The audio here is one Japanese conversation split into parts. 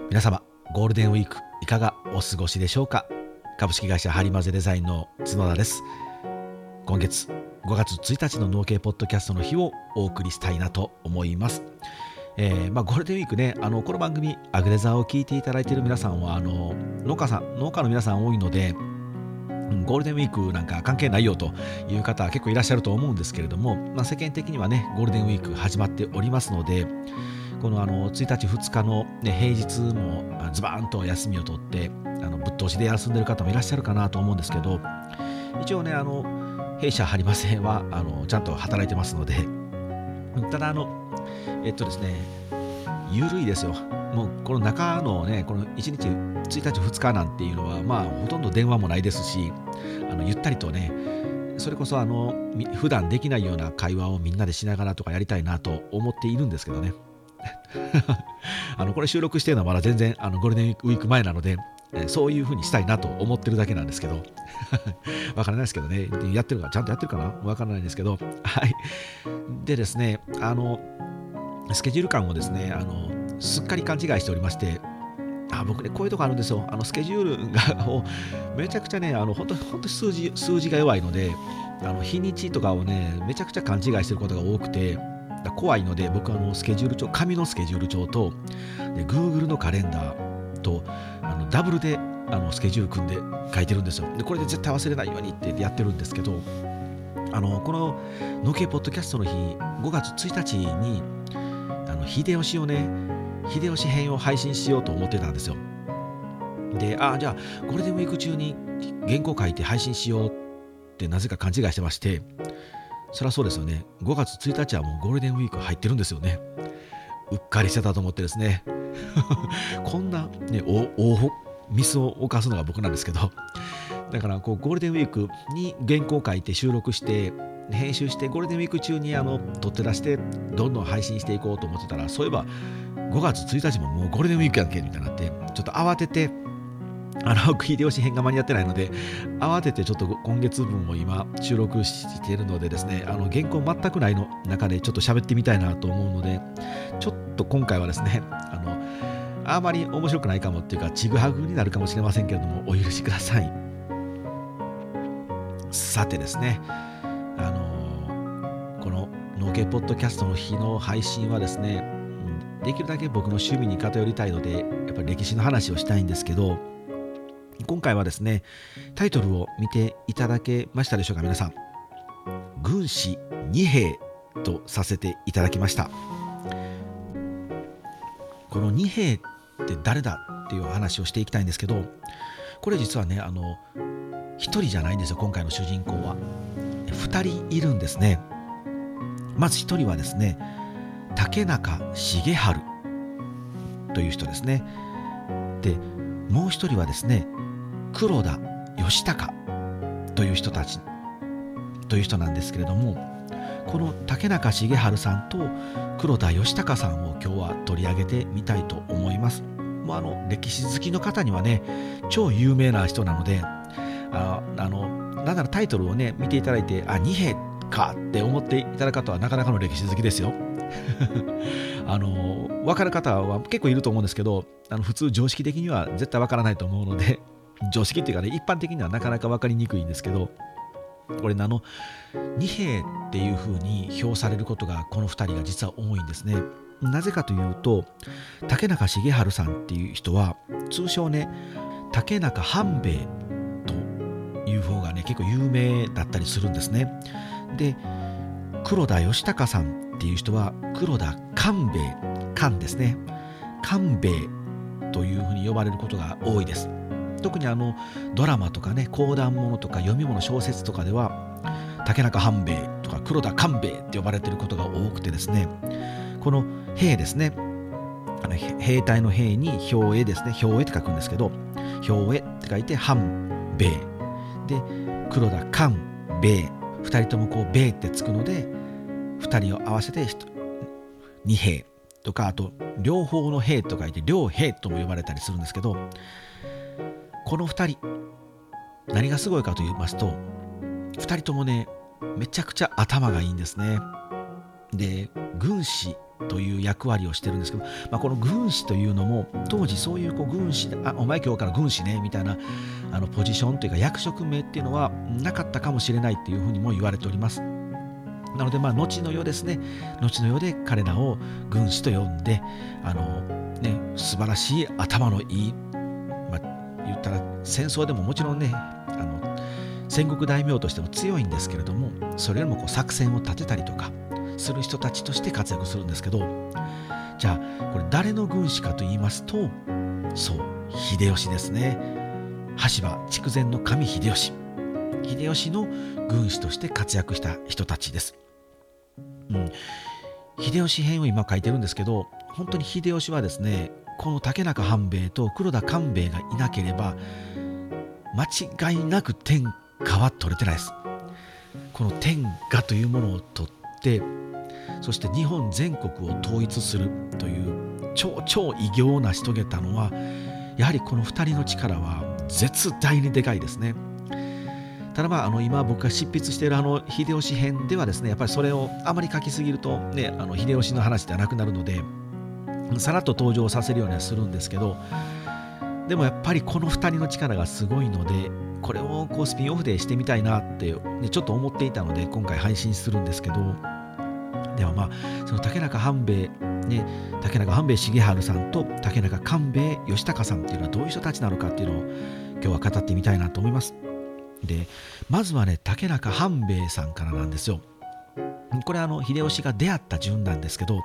皆様、ゴールデンウィークいかがお過ごしでしょうか。株式会社ハリマゼデザインの角田です。今月5月1日の農系ポッドキャストの日をお送りしたいなと思います。ゴールデンウィークね、この番組アグレザーを聞いていただいている皆さんは農家の皆さん多いので、ゴールデンウィークなんか関係ないよという方結構いらっしゃると思うんですけれども、世間的にはねゴールデンウィーク始まっておりますので、この1日2日の、平日もズバーンと休みを取ってぶっ通しで休んでる方もいらっしゃるかなと思うんですけど、一応ね弊社ハリマゼはちゃんと働いてますので、ただですね、ゆるいですよ。もうこの中のねこの1日1日2日なんていうのはほとんど電話もないですし、ゆったりとね、それこそ普段できないような会話をみんなでしながらとかやりたいなと思っているんですけどねこれ収録してるのはまだ全然ゴールデンウィーク前なので、そういう風にしたいなと思ってるだけなんですけどわからないですけどね、ちゃんとやってるかなわからないんですけど、はい。でですね、スケジュール感をですねすっかり勘違いしておりまして、僕ねこういうとこあるんですよ。スケジュールをめちゃくちゃね本当に数字が弱いので、日にちとかをねめちゃくちゃ勘違いしてることが多くて怖いので、僕スケジュール帳、紙のスケジュール帳とで Google のカレンダーとダブルでスケジュール組んで書いてるんですよ。でこれで絶対忘れないようにってやってるんですけど、この農系ポッドキャストの日5月1日に秀吉編を配信しようと思ってたんですよ。でじゃあゴールデンウィーク中に原稿書いて配信しようってなぜか勘違いしてまして、そりゃそうですよね。5月1日はもうゴールデンウィーク入ってるんですよね。うっかりしてたと思ってですねこんなねミスを犯すのが僕なんですけど、だからゴールデンウィークに原稿書いて収録して編集してゴールデンウィーク中に撮って出してどんどん配信していこうと思ってたら、そういえば5月1日ももうゴールデンウィークやんけみたいになって、ちょっと慌てて秀吉編が間に合ってないので慌ててちょっと今月分を今収録しているのでですね、原稿全くないの中でちょっと喋ってみたいなと思うので、ちょっと今回はですねあまり面白くないかもっていうかちぐはぐになるかもしれませんけれどもお許しください。さてですね、この農系ポッドキャストの日の配信はですね、できるだけ僕の趣味に偏りたいのでやっぱり歴史の話をしたいんですけど、今回はですねタイトルを見ていただけましたでしょうか。皆さん、軍師二兵とさせていただきました。この二兵って誰だっていう話をしていきたいんですけど、これ実はね一人じゃないんですよ。今回の主人公は二人いるんですね。まず一人はですね竹中重治という人ですね。でもう一人はですね黒田義孝という人なんですけれども、この竹中重治さんと黒田義孝さんを今日は取り上げてみたいと思います。もう歴史好きの方にはね超有名な人なので、なんならタイトルをね見ていただいて二兵かって思っていただく方はなかなかの歴史好きですよ分かる方は結構いると思うんですけど、普通常識的には絶対分からないと思うので、常識っていうかね一般的にはなかなか分かりにくいんですけど、これ二兵っていう風に評されることがこの2人が実は多いんですね。なぜかというと竹中重治さんっていう人は通称ね竹中半兵衛という方がね結構有名だったりするんですね。で黒田義孝さんっていう人は黒田官兵衛、官ですね、官兵衛というふうに呼ばれることが多いです。特にドラマとかね講談物とか読み物小説とかでは竹中半兵衛とか黒田官兵衛って呼ばれていることが多くてですね、この兵ですね、兵隊の兵に兵衛ですね、兵衛って書くんですけど兵衛って書いて半兵衛で黒田官兵衛、2人とも兵衛ってつくので2人を合わせて二兵とか、あと両方の兵と書いて両兵とも呼ばれたりするんですけど、この2人何がすごいかと言いますと2人ともねめちゃくちゃ頭がいいんですね。で軍師という役割をしてるんですけど、この軍師というのも当時そういう軍師お前今日から軍師ねみたいなポジションというか役職名っていうのはなかったかもしれないっていうふうにも言われております。なので後の世ですね、後の世で彼らを軍師と呼んで素晴らしい頭のいい、言ったら戦争でももちろんね戦国大名としても強いんですけれども、それよりも作戦を立てたりとかする人たちとして活躍するんですけど、じゃあこれ誰の軍師かと言いますと、そう秀吉ですね。羽柴筑前の神秀吉の軍師として活躍した人たちです。秀吉編を今書いてるんですけど、本当に秀吉はですね、この竹中半兵衛と黒田官兵衛がいなければ間違いなく天下は取れてないです。この天下というものを取って、そして日本全国を統一するという超偉業を成し遂げたのは、やはりこの2人の力は絶大にでかいですね。ただ今僕が執筆している秀吉編ではですね、やっぱりそれをあまり書きすぎるとね、秀吉の話ではなくなるのでさらっと登場させるようにはするんですけど、でもやっぱりこの2人の力がすごいので、これをスピンオフでしてみたいなって、ちょっと思っていたので今回配信するんですけど、ではその竹中半兵衛竹中半兵衛重治さんと竹中官兵衛義孝さんっていうのはどういう人たちなのかっていうのを今日は語ってみたいなと思います。でまずはね、竹中半兵衛さんからなんですよ。これ秀吉が出会った順なんですけど、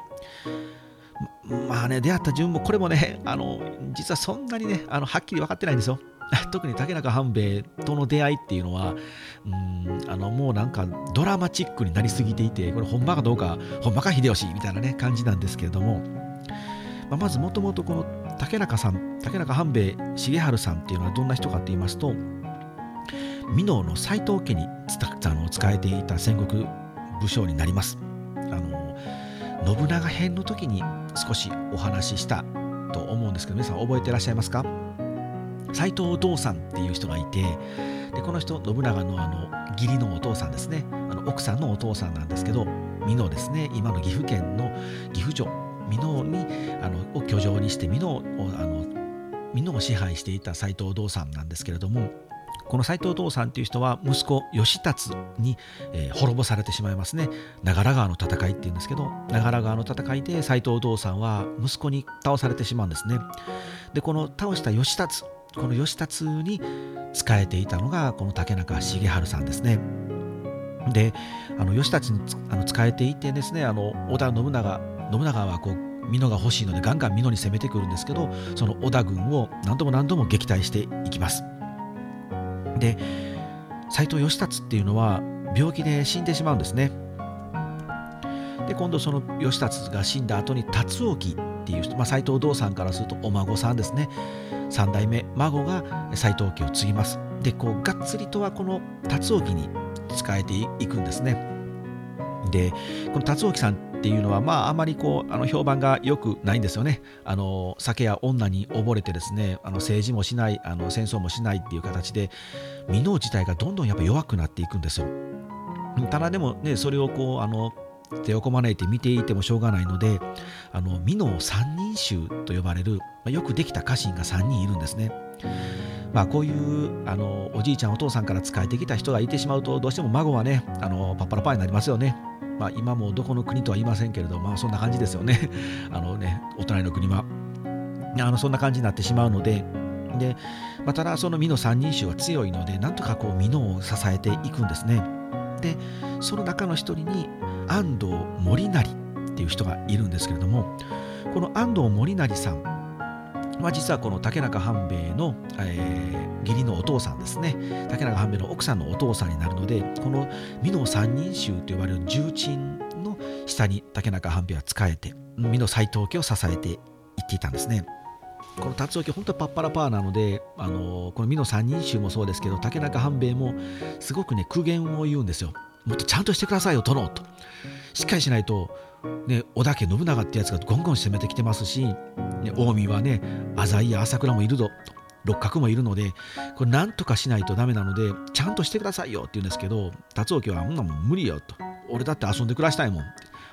出会った順もこれもね実はそんなにねはっきり分かってないんですよ。特に竹中半兵衛との出会いっていうのはもうなんかドラマチックになりすぎていて、これほんまかどうか、ほんまか秀吉みたいなね感じなんですけれども、まずもともとこの竹中半兵衛重治さんっていうのはどんな人かって言いますと、箕面の斎藤家に仕えていた戦国武将になります。信長編の時に少しお話ししたと思うんですけど、皆さん覚えていらっしゃいますか？斎藤道さんっていう人がいて、でこの人信長の義理のお父さんですね、奥さんのお父さんなんですけど、箕面ですね、今の岐阜県の岐阜城箕面にを居城にして箕面を支配していた斎藤道さんなんですけれども、この斎藤道さんという人は息子義達に、滅ぼされてしまいますね。長良川の戦いっていうんですけど、長良川の戦いで斎藤道さんは息子に倒されてしまうんですね。でこの倒した義達に仕えていたのがこの竹中重治さんですね。で義達に仕えていてですね、織田信長は美濃が欲しいのでガンガン美濃に攻めてくるんですけど、その織田軍を何度も撃退していきます。で斎藤義達っていうのは病気で死んでしまうんですね。で今度その義達が死んだ後に辰興っていう人、斎藤道さんからするとお孫さんですね、3代目孫が斎藤家を継ぎます。でがっつりとはこの辰興に仕えていくんですね。でこの辰興さんっていうのはあまり評判が良くないんですよね。酒や女に溺れてですね、政治もしない戦争もしないっていう形で箕面自体がどんどんやっぱ弱くなっていくんですよ。ただでもね、それを手をこまねいて見ていてもしょうがないので、箕面三人衆と呼ばれる、よくできた家臣が3人いるんですね。こういうおじいちゃんお父さんから仕えてきた人がいてしまうと、どうしても孫はねパッパラパーになりますよね。今もどこの国とは言いませんけれど、そんな感じですよね。お隣の国はそんな感じになってしまうので、ただその箕面三人衆は強いので、なんとか箕面を支えていくんですね。でその中の一人に安藤森成っていう人がいるんですけれども、この安藤森成さんは実はこの竹中半兵衛の、義理のお父さんですね。竹中半兵衛の奥さんのお父さんになるので、この箕面三人衆と呼ばれる重鎮の下に竹中半兵衛は仕えて、箕面斎藤家を支えていっていたんですね。この辰興家本当にパッパラパーなので、この箕面三人衆もそうですけど、竹中半兵衛もすごくね苦言を言うんですよ。もっとちゃんとしてくださいよ殿と、しっかりしないと織田家信長ってやつがゴンゴン攻めてきてますし、近江はね浅井や朝倉もいるぞと、六角もいるので、これなんとかしないとダメなのでちゃんとしてくださいよって言うんですけど、辰興家はそんなもん無理よと、俺だって遊んで暮らしたいもん、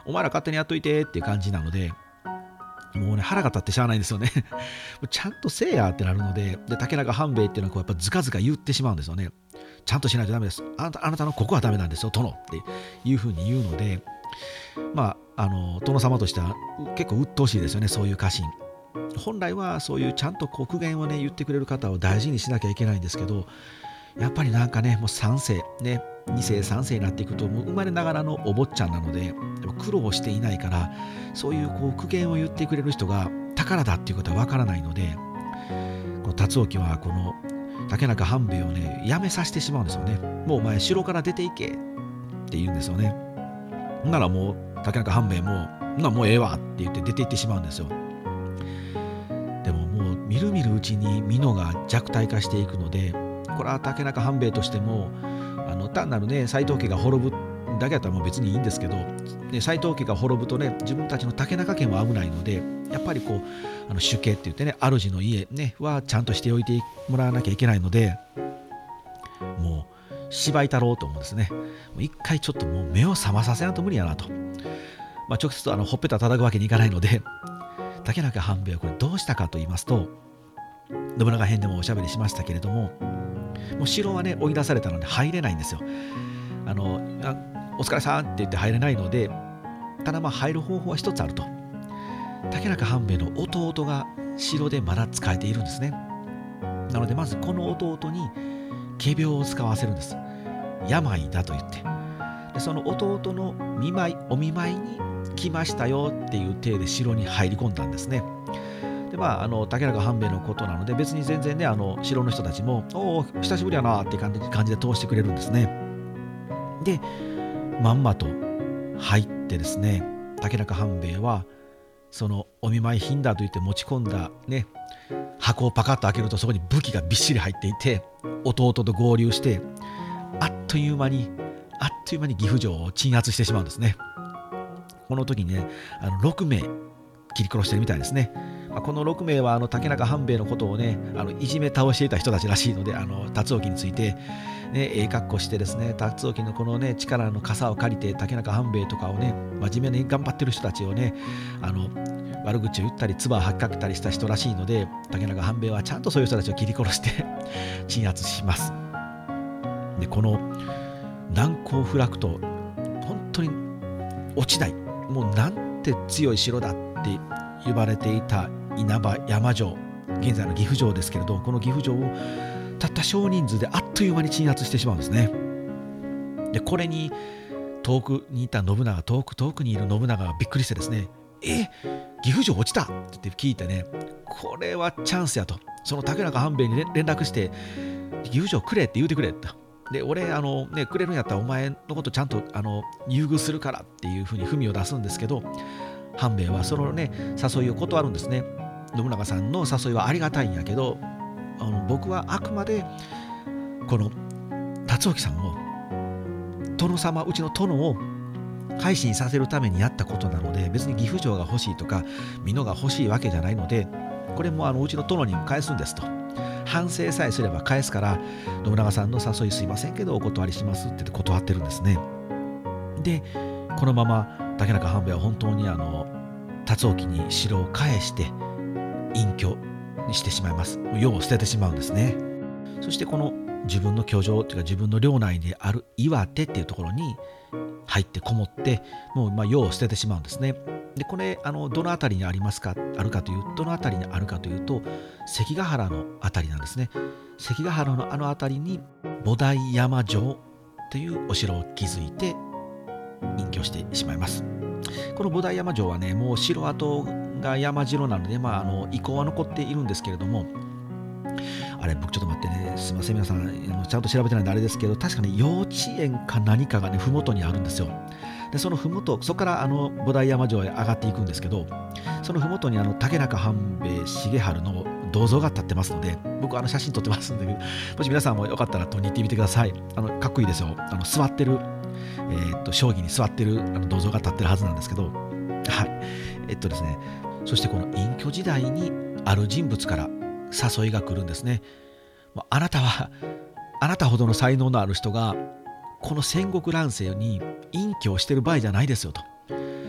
お前ら勝手にやっといてっていう感じなので、もうね、腹が立ってしゃあないんですよね。ちゃんとせえやってなるので、竹中半兵衛っていうのはこうやっぱずかずか言ってしまうんですよね。ちゃんとしないとダメです。あなたのここはダメなんですよ、殿っていうふうに言うので、殿様としては結構鬱陶しいですよね、そういう家臣。本来はそういうちゃんと苦言をね、言ってくれる方を大事にしなきゃいけないんですけど、やっぱりなんかね、もう3世、ね、2世、3世になっていくと、もう生まれながらのお坊ちゃんなので、苦労していないから、そういう苦言を言ってくれる人が宝だっていうことはわからないので、この辰興はこの竹中半兵衛をね、やめさせてしまうんですよね。もうお前、城から出ていけって言うんですよね。ならもう、竹中半兵衛もうええわって言って出て行ってしまうんですよ。でももう、みるみるうちに美濃が弱体化していくので、これは竹中半兵衛としても単なるね斎藤家が滅ぶだけだったらもう別にいいんですけど、斎藤家が滅ぶとね自分たちの竹中家も危ないので、やっぱり主家って言ってね主の家ねはちゃんとしておいてもらわなきゃいけないので、もう芝居太郎と思うんですね。もう一回ちょっともう目を覚まさせないと無理やなと、直接ほっぺた叩くわけにいかないので、竹中半兵衛はこれどうしたかと言いますと、信長編でもおしゃべりしましたけれども、もう城はね追い出されたので入れないんですよ。お疲れさんって言って入れないので、ただ入る方法は一つあると。竹中半兵衛の弟が城でまだ使えているんですね。なのでまずこの弟に仮病を使わせるんです。病だと言って、でその弟のお見舞いに来ましたよっていう体で城に入り込んだんですね。で竹中半兵衛のことなので別に全然ね城の人たちもおお久しぶりやなって感じで通してくれるんですね。でまんまと入ってですね、竹中半兵衛はそのお見舞い品だと言って持ち込んだね箱をパカッと開けるとそこに武器がびっしり入っていて、弟と合流してあっという間に岐阜城を鎮圧してしまうんですね。この時にね6名切り殺してるみたいですね。この6名は竹中半兵衛のことをねいじめ倒していた人たちらしいので、辰興についてええ格好してですね、辰興のこのね力の傘を借りて竹中半兵衛とかをね真面目に頑張ってる人たちをね悪口を言ったり唾を吐きかけたりした人らしいので、竹中半兵衛はちゃんとそういう人たちを切り殺して鎮圧します。でこの難攻不落と本当に落ちない、もうなんて強い城だって呼ばれていた稲葉山城、現在の岐阜城ですけれど、この岐阜城をたった少人数であっという間に鎮圧してしまうんですね。でこれに遠くにいた信長、遠くにいる信長がびっくりしてですね、岐阜城落ちたって聞いてね、これはチャンスやと、その竹中半兵衛に連絡して岐阜城くれって言うてくれと。で俺くれるんやったらお前のことちゃんと優遇するからっていうふうに文を出すんですけど、半兵衛はそのね誘いを断るんですね。信長さんの誘いはありがたいんやけど、僕はあくまでこの辰興さんを殿様、うちの殿を改心させるためにやったことなので、別に岐阜城が欲しいとか美濃が欲しいわけじゃないので、これもうちの殿に返すんですと。反省さえすれば返すから、信長さんの誘いすいませんけどお断りしますって言って断ってるんですね。でこのまま竹中半兵衛は本当に辰興に城を返して隠居にしてしまいます。世を捨ててしまうんですね。そしてこの自分の居城というか自分の領内である岩手っていうところに入ってこもって、もう世を捨ててしまうんですね。でこれどの辺りにあるかというと関ヶ原の辺りなんですね。関ヶ原の辺りに菩提山城というお城を築いて隠居してしまいます。この菩提山城はねもう城跡が山城なので、遺構は残っているんですけれども、あれ僕ちょっと待ってね、すいません皆さんちゃんと調べてないんであれですけど、確かに幼稚園か何かがね麓にあるんですよ。でその麓、そこから菩提山城へ上がっていくんですけど、その麓に竹中半兵衛重治の銅像が立ってますので、僕写真撮ってますんで、もし皆さんもよかったら撮りに行ってみてください。かっこいいですよ。座ってる将棋に座ってる銅像が立ってるはずなんですけど、はいですね、そしてこの隠居時代にある人物から誘いが来るんですね。あなたほどの才能のある人がこの戦国乱世に隠居をしてる場合じゃないですよと。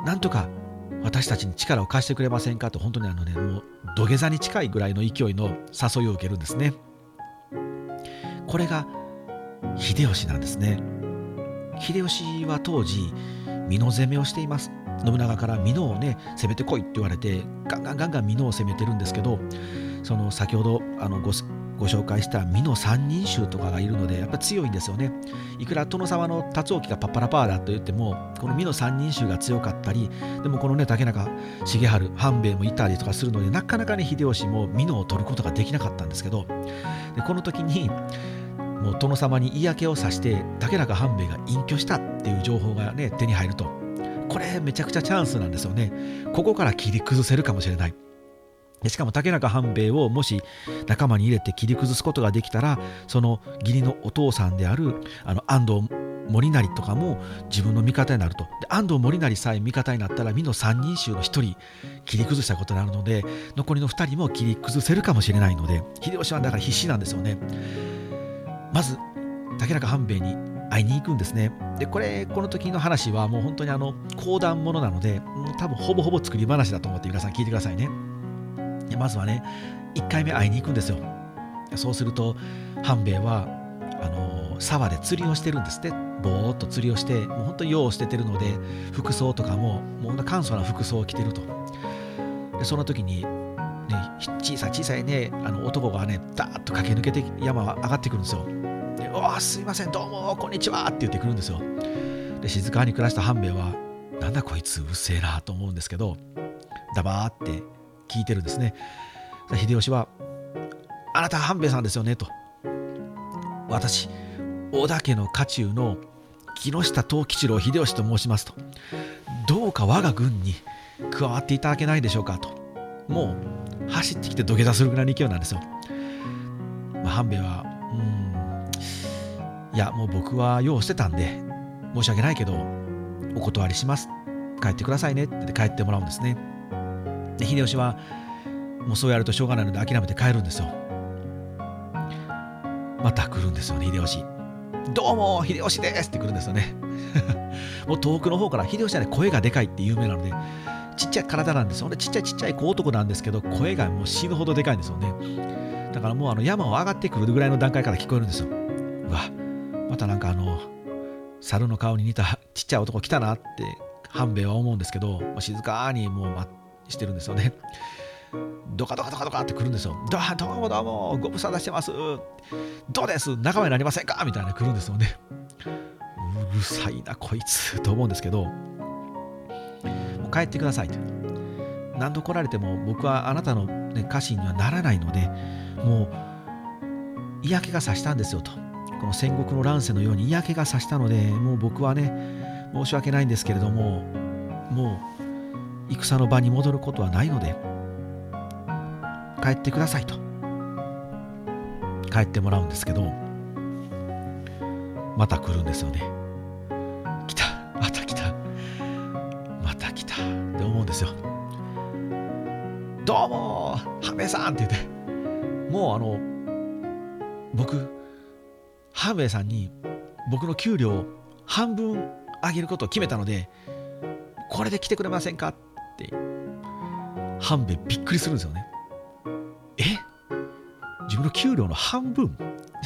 なんとか私たちに力を貸してくれませんかと、本当にもう土下座に近いぐらいの勢いの誘いを受けるんですね。これが秀吉なんですね。秀吉は当時美濃攻めをしています。信長から美濃をね攻めてこいって言われてガンガン美濃を攻めてるんですけど、その先ほどご紹介した美濃三人衆とかがいるのでやっぱり強いんですよね。いくら殿様の辰興がパッパラパーだと言っても、この美濃三人衆が強かったり、でもこのね竹中重治半兵衛もいたりとかするので、なかなかね秀吉も美濃を取ることができなかったんですけど、でこの時にもう殿様に嫌気をさして竹中半兵衛が隠居したっていう情報がね手に入ると、これめちゃくちゃチャンスなんですよね。ここから切り崩せるかもしれない。でしかも竹中半兵衛をもし仲間に入れて切り崩すことができたら、その義理のお父さんである安藤森成とかも自分の味方になると。で安藤森成さえ味方になったら美濃三人衆の一人切り崩したことになるので、残りの二人も切り崩せるかもしれないので、秀吉はだから必死なんですよね。まず竹中半兵衛に会いに行くんですね。でこの時の話はもう本当に講談ものなので、多分ほぼほぼ作り話だと思って皆さん聞いてくださいね。でまずはね1回目会いに行くんですよ。そうすると半兵衛は沢で釣りをしてるんですって。ぼーっと釣りをして、もう本当に用を捨ててるので、服装とかももう簡素な服装を着てると。でその時に、ね、小さいね男がねダーッと駆け抜けて山上がってくるんですよ。ですいませんどうもこんにちはって言ってくるんですよ。で静かに暮らした半兵衛はなんだこいつうっせえなと思うんですけど、黙って聞いてるんですね。秀吉はあなた半兵衛さんですよねと。私織田家の家中の木下藤吉郎秀吉と申しますと。どうか我が軍に加わっていただけないでしょうかと。もう走ってきて土下座するぐらいの勢いなんですよ。半兵衛はいやもう僕は用を捨てたんで申し訳ないけどお断りします、帰ってくださいねって帰ってもらうんですね。で秀吉はもうそうやるとしょうがないので諦めて帰るんですよ。また来るんですよね秀吉。どうも秀吉ですって来るんですよね。もう遠くの方から、秀吉はね声がでかいって有名なのでちっちゃい体なんですよね。ちっちゃい小男なんですけど声がもう死ぬほどでかいんですよね。だからもう山を上がってくるぐらいの段階から聞こえるんですよ。うわまたなんか猿の顔に似たちっちゃい男来たなって半兵衛は思うんですけど、静かにもうしてるんですよね。ドカって来るんですよ。どうもご無沙汰してます、どうです仲間になりませんかみたいな来るんですよね。うるさいなこいつと思うんですけど、もう帰ってくださいと。何度来られても僕はあなたの、家臣にはならないので、もう嫌気がさしたんですよと。この戦国の乱世のように嫌気がさしたので、もう僕はね申し訳ないんですけれども、もう戦の場に戻ることはないので帰ってくださいと。帰ってもらうんですけど、また来るんですよね。来たまた来たって思うんですよ。どうも半兵衛さんって言って、もう僕半兵衛さんに僕の給料を半分あげることを決めたので、これで来てくれませんかって半兵衛びっくりするんですよね。自分の給料の半分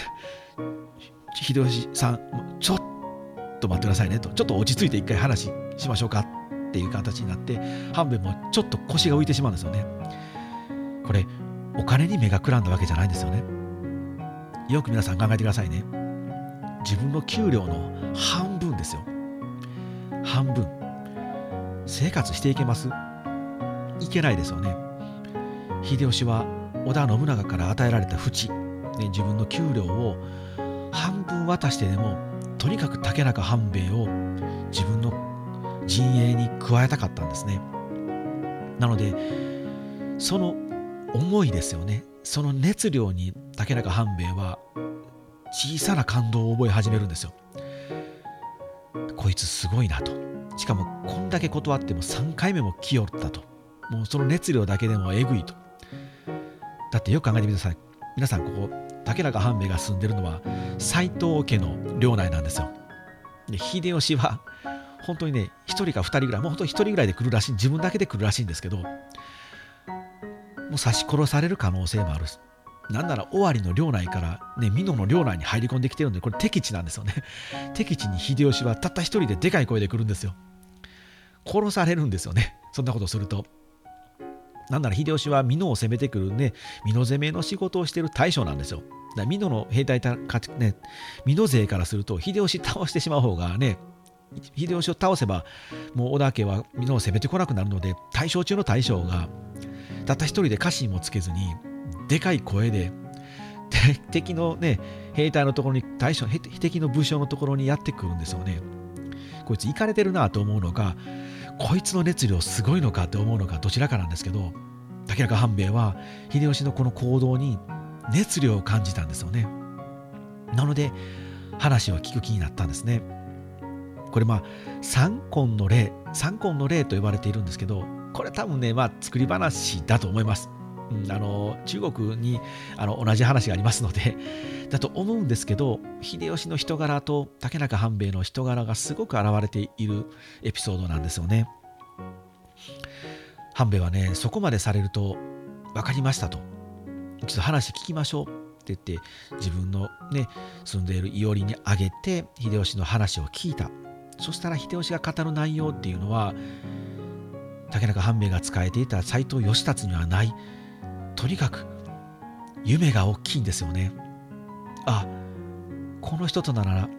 秀吉さんちょっと待ってくださいねと、ちょっと落ち着いて一回話しましょうかっていう形になって、半兵衛もちょっと腰が浮いてしまうんですよね。これお金に目がくらんだわけじゃないんですよね。よく皆さん考えてくださいね。自分の給料の半分ですよ。半分生活していけます？いけないですよね。秀吉は織田信長から与えられた淵、自分の給料を半分渡してでもとにかく竹中半兵衛を自分の陣営に加えたかったんですね。なのでその思いですよね、その熱量に竹中半兵衛は小さな感動を覚え始めるんですよ。こいつすごいなと。しかもこんだけ断っても3回目も来よったと。もうその熱量だけでもえぐいと。だってよく考えてみてください。皆さんここ竹中半兵衛が住んでるのは斎藤家の領内なんですよ。で秀吉は本当にね1人か2人ぐらい、もう本当に1人ぐらいで来るらしい、自分だけで来るらしいんですけど、もう刺し殺される可能性もあるし、なんなら尾張の領内からね美濃の領内に入り込んできてるんで、これ敵地なんですよね。敵地に秀吉はたった一人ででかい声で来るんですよ。殺されるんですよね、そんなことすると。なんなら秀吉は美濃を攻めてくるね、美濃攻めの仕事をしている大将なんですよ。だから美濃の兵隊ね、美濃勢からすると秀吉倒してしまう方がね、秀吉を倒せばもう織田家は美濃を攻めてこなくなるので、大将中の大将がたった一人で家臣もつけずにでかい声で敵のね兵隊のところに、敵の武将のところにやってくるんですよね。こいつイかれてるなと思うのか、こいつの熱量すごいのかって思うのか、どちらかなんですけど、竹中半兵衛は秀吉のこの行動に熱量を感じたんですよね。なので話を聞く気になったんですね。これ三根の霊と呼ばれているんですけど、これ多分ね作り話だと思います。中国に同じ話がありますのでだと思うんですけど、秀吉の人柄と竹中半兵衛の人柄がすごく現れているエピソードなんですよね。半兵衛はね、そこまでされると分かりましたと、ちょっと話聞きましょうって言って自分のね住んでいる伊織にあげて秀吉の話を聞いた。そしたら秀吉が語る内容っていうのは竹中半兵衛が仕えていた斎藤義達にはない、とにかく夢が大きいんですよね。あ、この人となら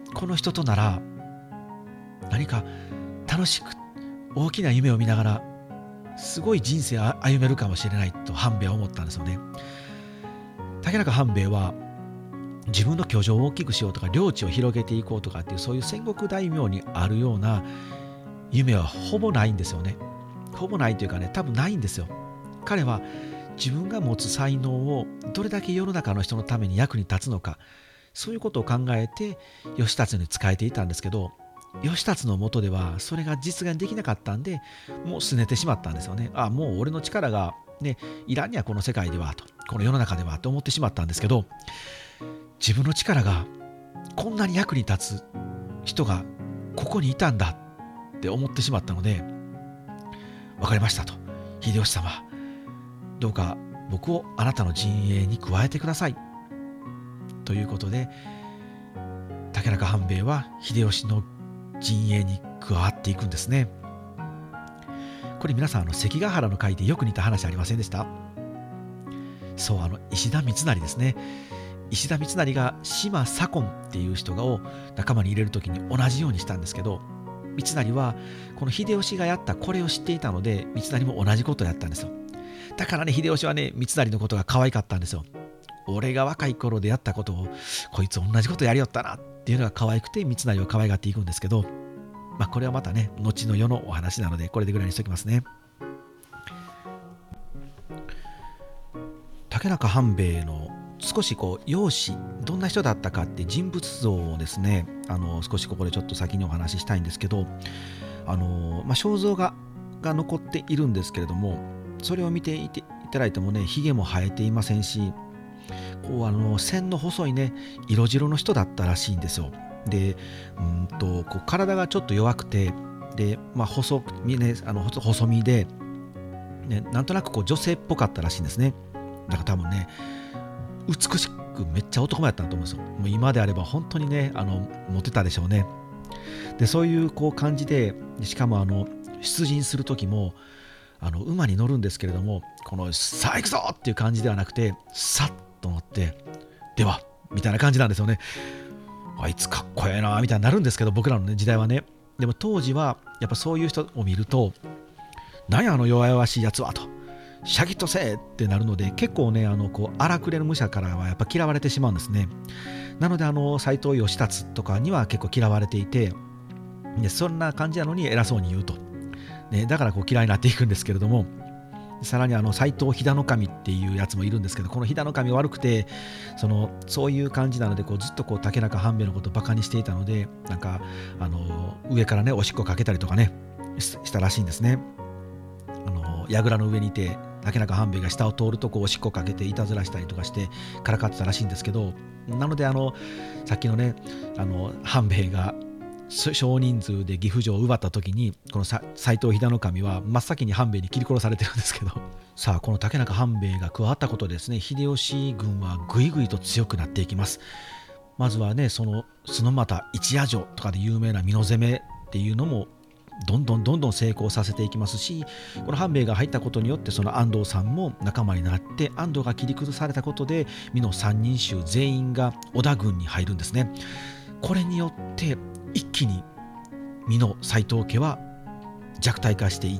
何か楽しく大きな夢を見ながらすごい人生を歩めるかもしれないと半兵衛は思ったんですよね。竹中半兵衛は自分の居城を大きくしようとか領地を広げていこうとかっていう、そういう戦国大名にあるような夢はほぼないんですよね。ほぼないというかね、多分ないんですよ。彼は自分が持つ才能をどれだけ世の中の人のために役に立つのか、そういうことを考えて義達に仕えていたんですけど、義達の下ではそれが実現できなかったんで、もう拗ねてしまったんですよね。もう俺の力がねいらんにはこの世界ではと、この世の中ではと思ってしまったんですけど、自分の力がこんなに役に立つ人がここにいたんだって思ってしまったので、分かりましたと、秀吉様どうか僕をあなたの陣営に加えてくださいということで、竹中半兵衛は秀吉の陣営に加わっていくんですね。これ皆さん関ヶ原の回でよく似た話ありませんでした？そう、石田三成ですね。石田三成が島左近っていう人を仲間に入れるときに同じようにしたんですけど、三成はこの秀吉がやったこれを知っていたので、三成も同じことをやったんですよ。だからね、秀吉はね三成のことが可愛かったんですよ。俺が若い頃でやったことをこいつ同じことやりよったなっていうのが可愛くて、三成を可愛がっていくんですけど、これはまたね後の世のお話なのでこれでぐらいにしておきますね。竹中半兵衛の少し容姿、どんな人だったかって人物像をですね、少しここでちょっと先にお話ししたいんですけど、肖像画が残っているんですけれども、それを見ていただいてもね、ひげも生えていませんし、線の細いね色白の人だったらしいんですよ。で、体がちょっと弱くて、で、細身で、ね、なんとなく女性っぽかったらしいんですね。だから多分ね、美しくめっちゃ男前だったと思うんですよ。もう今であれば本当にねモテたでしょうね。でそういう感じで、しかも出陣する時も馬に乗るんですけれども、このさあ行くぞっていう感じではなくて、さっと乗ってではみたいな感じなんですよね。あいつかっこええなみたいになるんですけど、僕らの、ね、時代はね。でも当時はやっぱそういう人を見ると、何や弱々しいやつはと、シャキッとせえってなるので、結構ね荒くれる武者からはやっぱ嫌われてしまうんですね。なので斎藤義達とかには結構嫌われていて、でそんな感じなのに偉そうに言うと、ね、だから嫌いになっていくんですけれども、さらに斎藤飛騨の神っていうやつもいるんですけど、この飛騨の神悪くて、そういう感じなのでずっと竹中半兵衛のことをバカにしていたので、なんか上からねおしっこかけたりとかねしたらしいんですね。櫓の上にいて竹中半兵衛が下を通るとおしっこかけていたずらしたりとかしてからかってたらしいんですけど、なのでさっきのね半兵衛が少人数で岐阜城を奪った時にこの斎藤秀神は真っ先に半兵衛に切り殺されてるんですけど、さあこの竹中半兵衛が加わったことでですね、秀吉軍はぐいぐいと強くなっていきます。まずはね、その須又一夜城とかで有名な美濃攻めっていうのもどんどん成功させていきますし、この半兵衛が入ったことによってその安藤さんも仲間になって、安藤が切り崩されたことで美濃三人衆全員が織田軍に入るんですね。これによって一気に美濃斎藤家は弱体化していって、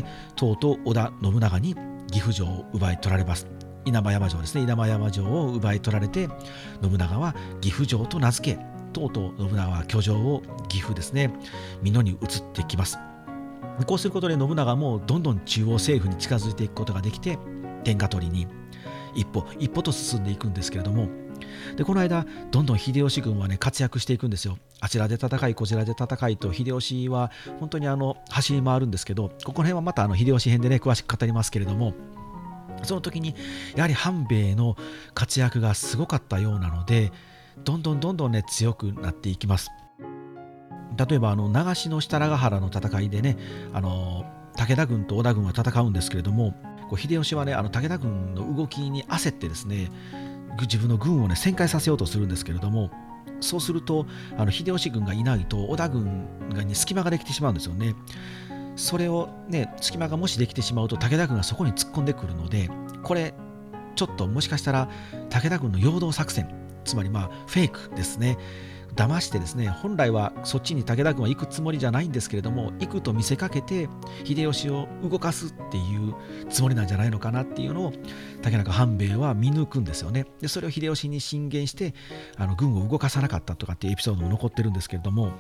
とうとう織田信長に岐阜城を奪い取られます。稲葉山城ですね、稲葉山城を奪い取られて、信長は岐阜城と名付け、とうとう信長は居城を岐阜ですね、美濃に移ってきます。こうすることで信長もどんどん中央政府に近づいていくことができて、天下取りに一歩と進んでいくんですけれども、でこの間どんどん秀吉軍はね活躍していくんですよ。あちらで戦いこちらで戦いと、秀吉は本当に走り回るんですけど、ここら辺はまた秀吉編でね詳しく語りますけれども、その時にやはり半兵衛の活躍がすごかったようなので、どんどんね強くなっていきます。例えば長篠設楽原の戦いでね、武田軍と織田軍は戦うんですけれども、秀吉はね武田軍の動きに焦ってですね、自分の軍をね旋回させようとするんですけれども、そうすると秀吉軍がいないと織田軍に隙間ができてしまうんですよね。それをね、隙間がもしできてしまうと武田軍がそこに突っ込んでくるので、これちょっともしかしたら武田軍の陽動作戦、つまりフェイクですね、騙してですね、本来はそっちに武田軍は行くつもりじゃないんですけれども、行くと見せかけて秀吉を動かすっていうつもりなんじゃないのかなっていうのを竹中半兵衛は見抜くんですよね。でそれを秀吉に進言して軍を動かさなかったとかっていうエピソードも残ってるんですけれども、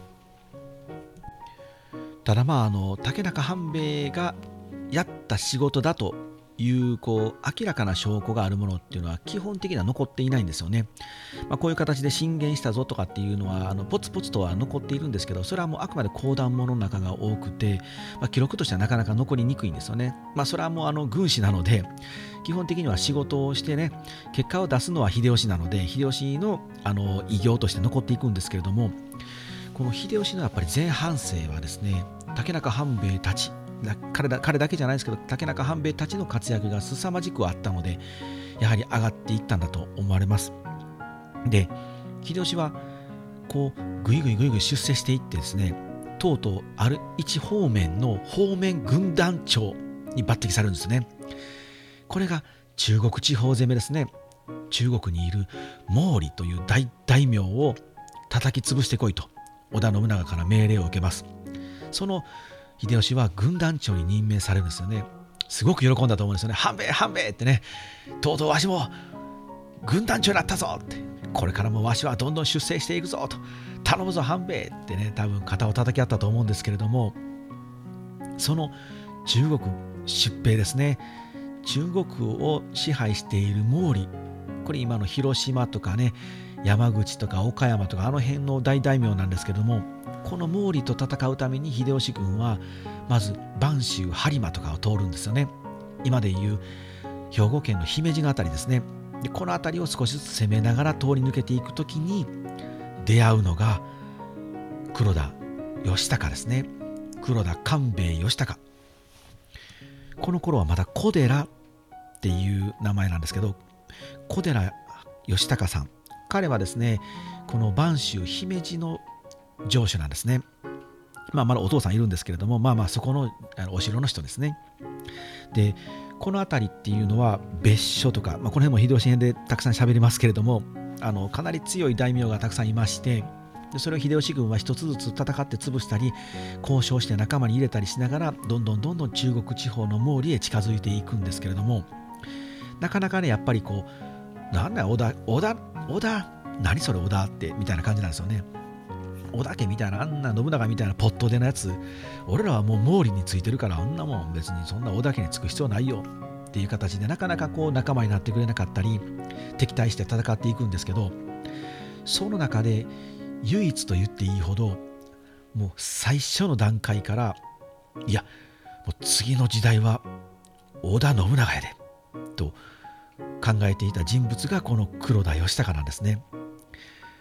ただ竹中半兵衛がやった仕事だという明らかな証拠があるものっていうのは基本的には残っていないんですよね。こういう形で進言したぞとかっていうのはポツポツとは残っているんですけど、それはもうあくまで講談物の中が多くて、記録としてはなかなか残りにくいんですよね。それはもう軍師なので、基本的には仕事をしてね、結果を出すのは秀吉なので、秀吉の偉業として残っていくんですけれども、この秀吉のやっぱり前半生はですね、竹中半兵衛たち、彼だけじゃないですけど、竹中半兵衛たちの活躍が凄まじくあったので、やはり上がっていったんだと思われます。で、秀吉はぐいぐい出世していってですね、とうとうある一方面の方面軍団長に抜擢されるんですね。これが中国地方攻めですね。中国にいる毛利という大名を叩き潰してこいと織田信長から命令を受けます。その秀吉は軍団長に任命されるんですよね。すごく喜んだと思うんですよね。半兵衛ってね、とうとうわしも軍団長になったぞって、これからもわしはどんどん出世していくぞと、頼むぞ半兵衛ってね、多分肩を叩き合ったと思うんですけれども、その中国出兵ですね、中国を支配している毛利、これ今の広島とかね、山口とか岡山とか辺の大名なんですけれども、この毛利と戦うために秀吉軍はまず播州播磨とかを通るんですよね。今でいう兵庫県の姫路のあたりですね。でこの辺りを少しずつ攻めながら通り抜けていくときに出会うのが黒田義孝ですね。黒田官兵衛義孝。この頃はまだ小寺っていう名前なんですけど、小寺義孝さん、彼はですね、この播州姫路の城主なんですね。まだお父さんいるんですけれども、そこのお城の人ですね。でこの辺りっていうのは別所とか、この辺も秀吉編でたくさん喋りますけれども、かなり強い大名がたくさんいまして、でそれを秀吉軍は一つずつ戦って潰したり交渉して仲間に入れたりしながら、どんどん中国地方の毛利へ近づいていくんですけれども、なかなかね、やっぱりなんだ織田何それ織田ってみたいな感じなんですよね。織田家みたいな、あんな信長みたいなポットでのやつ、俺らはもう毛利についてるから、あんなもん別にそんな織田家につく必要ないよっていう形で、なかなか仲間になってくれなかったり敵対して戦っていくんですけど、その中で唯一と言っていいほど、もう最初の段階から、いやもう次の時代は織田信長やでと考えていた人物がこの黒田義孝なんですね。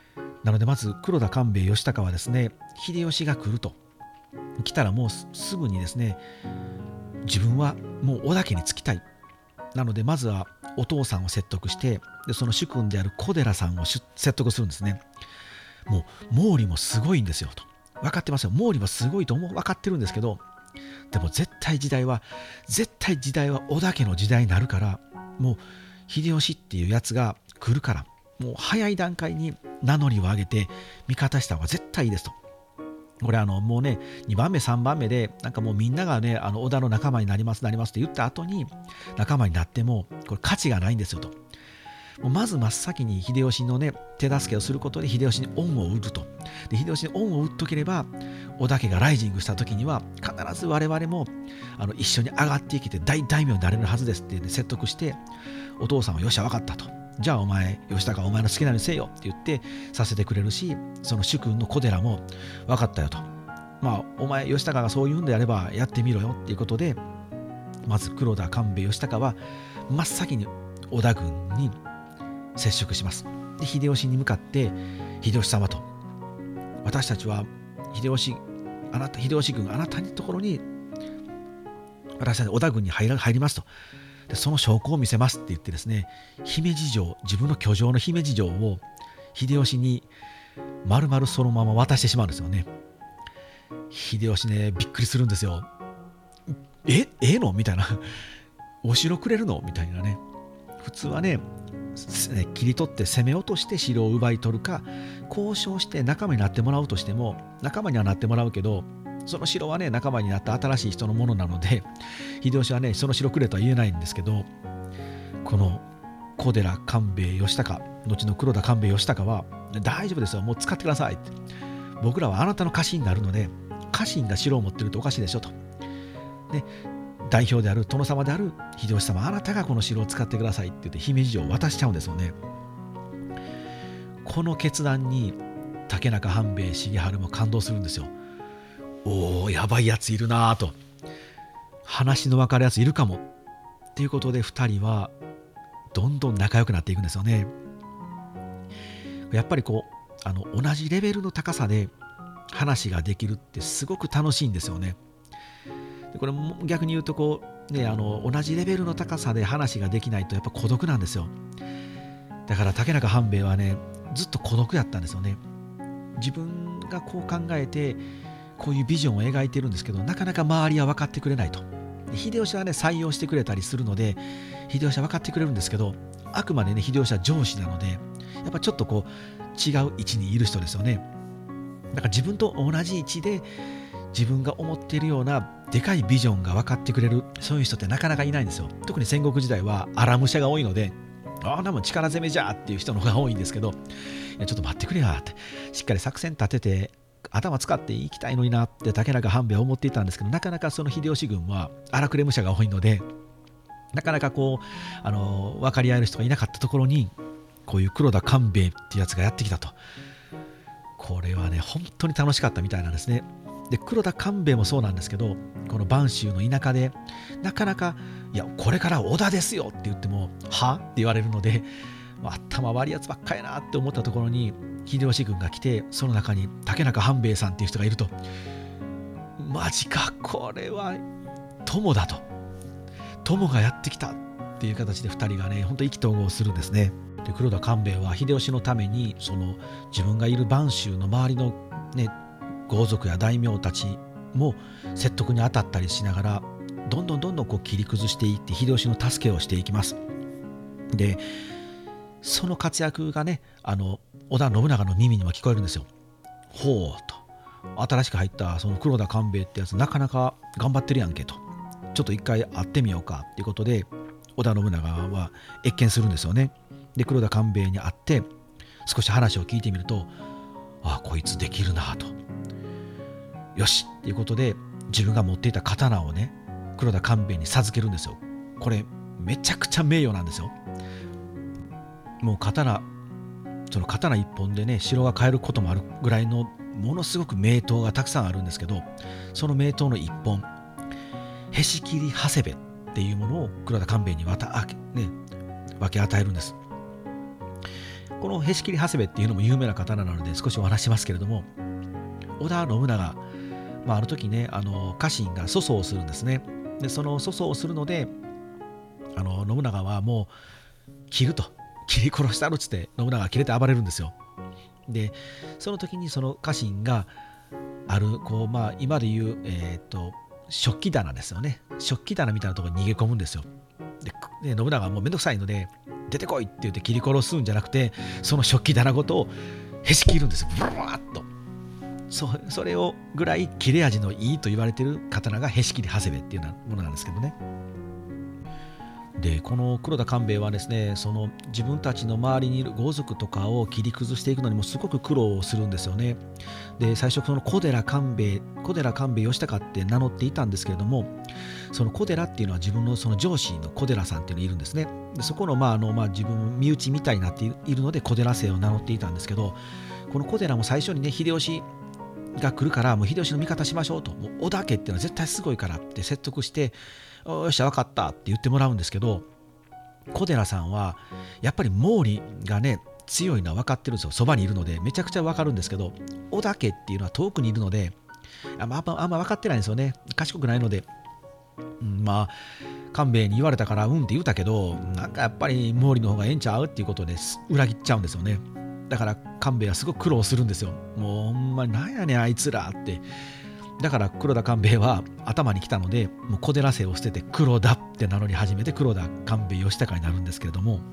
なのでまず黒田官兵衛義高はですね、秀吉が来ると。来たらもうすぐにですね、自分はもう織田家につきたい。なのでまずはお父さんを説得して、でその主君である小寺さんを説得するんですね。もう毛利もすごいんですよと。分かってますよ。毛利もすごいと分かってるんですけど、でも絶対時代は織田家の時代になるから、もう秀吉っていうやつが来るから、もう早い段階に名乗りを上げて味方した方が絶対いいですと。これもうね、2番目3番目でなんかもうみんながね、織田の仲間になりますって言った後に仲間になってもこれ価値がないんですよと。もうまず真っ先に秀吉のね手助けをすることで秀吉に恩を売ると。で秀吉に恩を売っとければ、織田家がライジングした時には必ず我々も一緒に上がっていけて大大名になれるはずですって、ね、説得して、お父さんはよし分かったと。じゃあお前義高お前の好きなようにせよって言ってさせてくれるし、その主君の小寺も分かったよと。まあお前義高がそう言うんであればやってみろよっていうことで、まず黒田官兵衛義高は真っ先に織田軍に接触します。で秀吉に向かって、秀吉様と、私たちは秀吉軍あなたのところに私たち織田軍に入りますと。でその証拠を見せますって言ってですね、姫路城、自分の居城の姫路城を秀吉に丸々そのまま渡してしまうんですよね。秀吉ね、びっくりするんですよ。ええのみたいな。お城くれるのみたいなね。普通はね、切り取って攻め落として城を奪い取るか、交渉して仲間になってもらうとしても、仲間にはなってもらうけど、その城はね仲間になった新しい人のものなので、秀吉はねその城くれとは言えないんですけど、この小寺官兵衛義高、後の黒田官兵衛義高は大丈夫ですよ、もう使ってくださいって、僕らはあなたの家臣になるので、家臣が城を持ってるとおかしいでしょと。で代表である殿様である秀吉様、あなたがこの城を使ってくださいって言って姫路城を渡しちゃうんですよね。この決断に竹中半兵衛重治も感動するんですよ。おー、やばいやついるなと、話の分かるやついるかもっていうことで、2人はどんどん仲良くなっていくんですよね。やっぱりこう同じレベルの高さで話ができるってすごく楽しいんですよね。でこれも逆に言うとこう、ね、同じレベルの高さで話ができないとやっぱ孤独なんですよ。だから竹中半兵衛はねずっと孤独やったんですよね。自分がこう考えてこういうビジョンを描いてるんですけど、なかなか周りは分かってくれないと。秀吉はね採用してくれたりするので、秀吉は分かってくれるんですけど、あくまでね秀吉は上司なので、やっぱちょっとこう違う位置にいる人ですよね。だから自分と同じ位置で自分が思っているようなでかいビジョンが分かってくれる、そういう人ってなかなかいないんですよ。特に戦国時代は荒武者が多いので、ああ、でも力攻めじゃっていう人の方が多いんですけど、いやちょっと待ってくれやって、しっかり作戦立てて頭使っていきたいのになって竹中半兵衛は思っていたんですけど、なかなかその秀吉軍は荒くれ武者が多いので、なかなかこう分かり合える人がいなかったところに、こういう黒田官兵衛っていうやつがやってきたと。これはね本当に楽しかったみたいなんですね。で黒田官兵衛もそうなんですけど、この播州の田舎でなかなか、いやこれから織田ですよって言ってもはって言われるので、頭悪いやつばっかりなって思ったところに秀吉軍が来て、その中に竹中半兵衛さんっていう人がいると、マジかこれは友だと、友がやってきたっていう形で2人がね本当意気投合するんですね。で黒田官兵衛は秀吉のためにその自分がいる播州の周りのね豪族や大名たちも説得に当たったりしながら、どんどんこう切り崩していって秀吉の助けをしていきます。でその活躍がね織田信長の耳にも聞こえるんですよ。ほうと、新しく入ったその黒田官兵衛ってやつなかなか頑張ってるやんけと、ちょっと一回会ってみようかっていうことで織田信長は謁見するんですよね。で黒田官兵衛に会って少し話を聞いてみると、あこいつできるなと、よしっていうことで自分が持っていた刀をね黒田官兵衛に授けるんですよ。これめちゃくちゃ名誉なんですよ。もうその刀一本でね城が買えることもあるぐらいのものすごく名刀がたくさんあるんですけど、その名刀の一本へし切り長谷部っていうものを黒田官兵衛に分け与えるんです。 このへし切り長谷部っていうのも有名な刀なので少しお話しますけれども、織田信長、ある時ね家臣が粗相をするんですね。でその粗相をするので信長はもう切り殺したるっつって信長が切れて暴れるんですよ。でその時にその家臣がある今でいう、食器棚ですよね。食器棚みたいなところに逃げ込むんですよ。で信長はもうめんどくさいので出てこいって言って切り殺すんじゃなくて、その食器棚ごとをへし切るんですよ。ブワーッと。それをぐらい切れ味のいいと言われている刀がへし切り長谷部っていうようなものなんですけどね。でこの黒田官兵衛はですね、その自分たちの周りにいる豪族とかを切り崩していくのにもすごく苦労をするんですよね。で最初その小寺官兵衛義高って名乗っていたんですけれども、その小寺っていうのは自分のその上司の小寺さんっていうのがいるんですね。でそこの自分身内みたいになっているので小寺姓を名乗っていたんですけど、この小寺も最初にね秀吉が来るからもう秀吉の味方しましょうと、もう織田家っていうのは絶対すごいからって説得して、よっしゃ分かったって言ってもらうんですけど、小寺さんはやっぱり毛利がね強いのは分かってるんですよ。そばにいるのでめちゃくちゃ分かるんですけど、織田家っていうのは遠くにいるのであんま分かってないんですよね。賢くないので、官兵衛に言われたからって言うたけど、なんかやっぱり毛利の方がええんちゃうっていうことで裏切っちゃうんですよね。だから官兵衛はすごく苦労するんですよ。もうほんまになんやねんあいつらって。だから黒田官兵衛は頭に来たので、もう小寺姓を捨てて黒田って名乗り始めて黒田官兵衛義高になるんですけれども、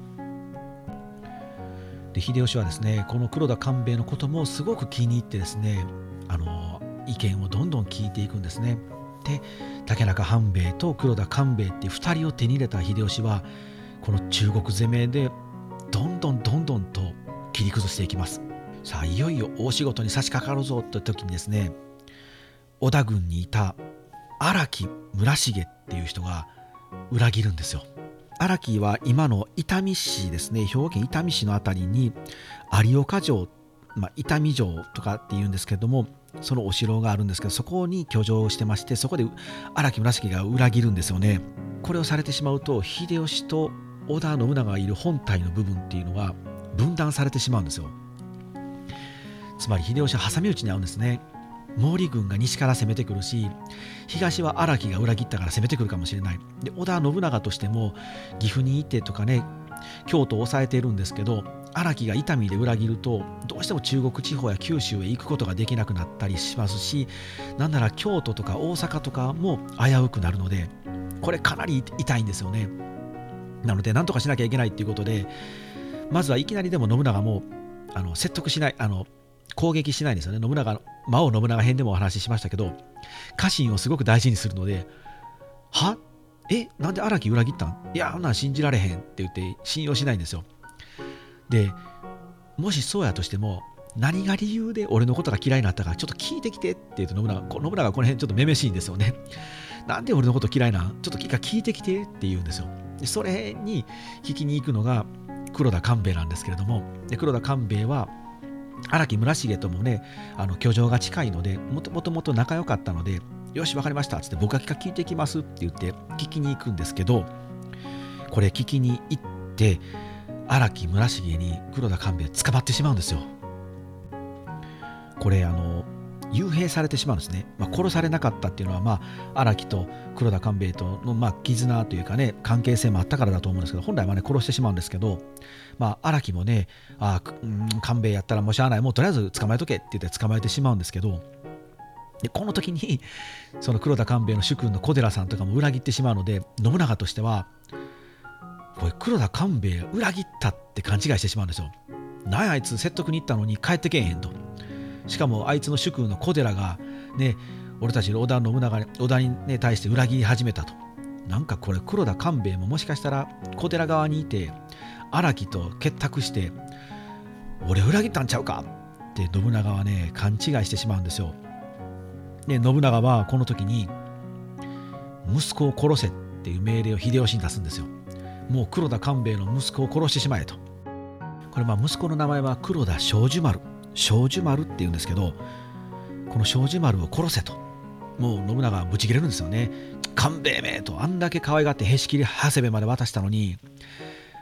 で秀吉はですねこの黒田官兵衛のこともすごく気に入ってですね、意見をどんどん聞いていくんですね。で竹中半兵衛と黒田官兵衛っていう2人を手に入れた秀吉はこの中国攻めでどんどんと切り崩していきます。さあいよいよ大仕事に差し掛かるぞという時にですね、織田軍にいた荒木村重っていう人が裏切るんですよ。荒木は今の伊丹市ですね、兵庫県伊丹市のあたりに有岡城、伊丹城とかっていうんですけれども、そのお城があるんですけど、そこに居城してまして、そこで荒木村重が裏切るんですよね。これをされてしまうと秀吉と織田信長がいる本体の部分っていうのは分断されてしまうんですよ。つまり秀吉は挟み撃ちに遭うんですね。毛利軍が西から攻めてくるし、東は荒木が裏切ったから攻めてくるかもしれない。で織田信長としても岐阜にいてとかね、京都を抑えているんですけど、荒木が伊丹で裏切るとどうしても中国地方や九州へ行くことができなくなったりしますし、なんなら京都とか大阪とかも危うくなるので、これかなり痛いんですよね。なので何とかしなきゃいけないっていうことで、まずはいきなりでも信長も説得しない、攻撃しないんですよね。魔王信長編でもお話ししましたけど、家臣をすごく大事にするので、なんで荒木裏切ったん？いや、そんなん信じられへんって言って信用しないんですよ。でもしそうやとしても、何が理由で俺のことが嫌いになったかちょっと聞いてきてって言うと、信長この辺ちょっとめめしいんですよね。なんで俺のこと嫌いなん？ちょっと聞いてきてって言うんですよ。でそれに聞きに行くのが黒田官兵衛なんですけれども、で黒田官兵衛は荒木村重ともね居城が近いので、もともと仲良かったので、よし分かりましたっつって、僕が聞いてきますって言って聞きに行くんですけど、これ聞きに行って荒木村重に黒田官兵衛捕まってしまうんですよ。これ幽閉されてしまうんですね。殺されなかったっていうのは荒木と黒田官兵衛との絆というかね、関係性もあったからだと思うんですけど、本来はね殺してしまうんですけど、荒木もね官兵衛やったらもうしゃあない、もうとりあえず捕まえとけって言って捕まえてしまうんですけど、でこの時にその黒田官兵衛の主君の小寺さんとかも裏切ってしまうので、信長としてはこれ黒田官兵衛が裏切ったって勘違いしてしまうんですよ。なんやあいつ説得に行ったのに帰ってけえへんと。しかもあいつの主君の小寺がね、俺たち織田に、ね、対して裏切り始めたと。なんかこれ黒田官兵衛ももしかしたら小寺側にいて荒木と結託して俺裏切ったんちゃうかって信長はね勘違いしてしまうんですよ。で信長はこの時に息子を殺せっていう命令を秀吉に出すんですよ。もう黒田官兵衛の息子を殺してしまえと。これ息子の名前は黒田長寿丸っていうんですけど、この長寿丸を殺せと。もう信長はブチ切れるんですよね。官兵衛めと、あんだけ可愛がってへし切り長谷部まで渡したのに、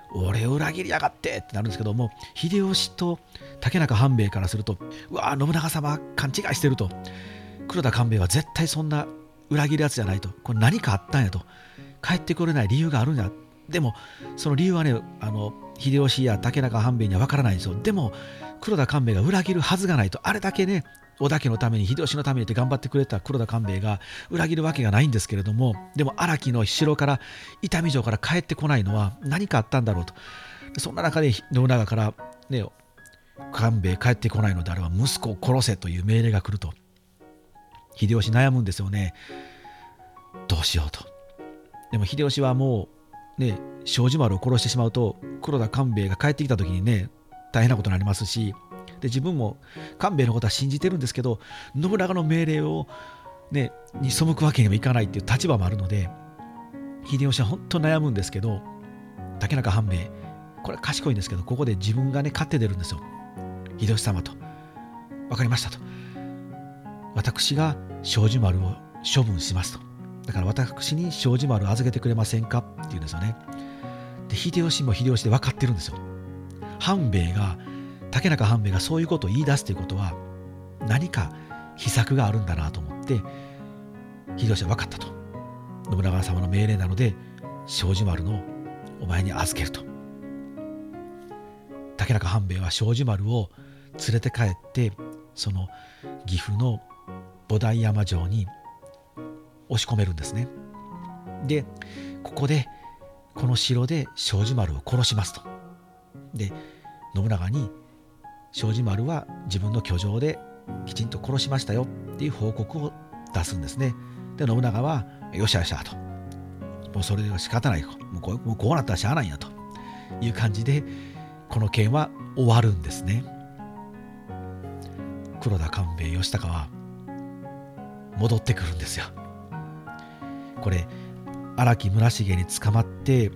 俺を裏切りやがってってなるんですけども、秀吉と竹中半兵衛からすると、うわ信長様勘違いしてると、黒田官兵衛は絶対そんな裏切るやつじゃないと、これ何かあったんやと、帰ってこれない理由があるんや。でもその理由はね、秀吉や竹中半兵衛には分からないんですよ。でも黒田官兵衛が裏切るはずがないと、あれだけね織田家のために秀吉のためにって頑張ってくれた黒田官兵衛が裏切るわけがないんですけれども、でも荒木の城から伊丹城から帰ってこないのは何かあったんだろうと。そんな中で信長からね、官兵衛帰ってこないのであれば息子を殺せという命令が来ると、秀吉悩むんですよね。どうしようと。でも秀吉はもうね、庄司丸を殺してしまうと黒田官兵衛が帰ってきた時にね大変なことになりますし、で自分も官兵衛のことは信じてるんですけど、信長の命令をねに背くわけにもいかないっていう立場もあるので、秀吉は本当悩むんですけど、竹中半兵衛これ賢いんですけど、ここで自分がね勝って出るんですよ。秀吉様と、分かりましたと、私が庄司丸を処分しますと、だから私に庄司丸を預けてくれませんかって言うんですよね。で秀吉も秀吉で分かってるんですよ。半兵衛が竹中半兵衛がそういうことを言い出すということは何か秘策があるんだなと思って、秀吉は分かったと、信長様の命令なので庄司丸のお前に預けると。竹中半兵衛は庄司丸を連れて帰って、その岐阜の菩提山城に押し込めるんですね。でここでこの城で庄司丸を殺しますと。で信長に庄司丸は自分の居城できちんと殺しましたよっていう報告を出すんですね。で信長はよっしゃよっしゃと、もうそれでは仕方ない、もうこうなったらしゃあないんやという感じでこの件は終わるんですね。黒田官兵衛義高は戻ってくるんですよ。これ荒木村重に捕まって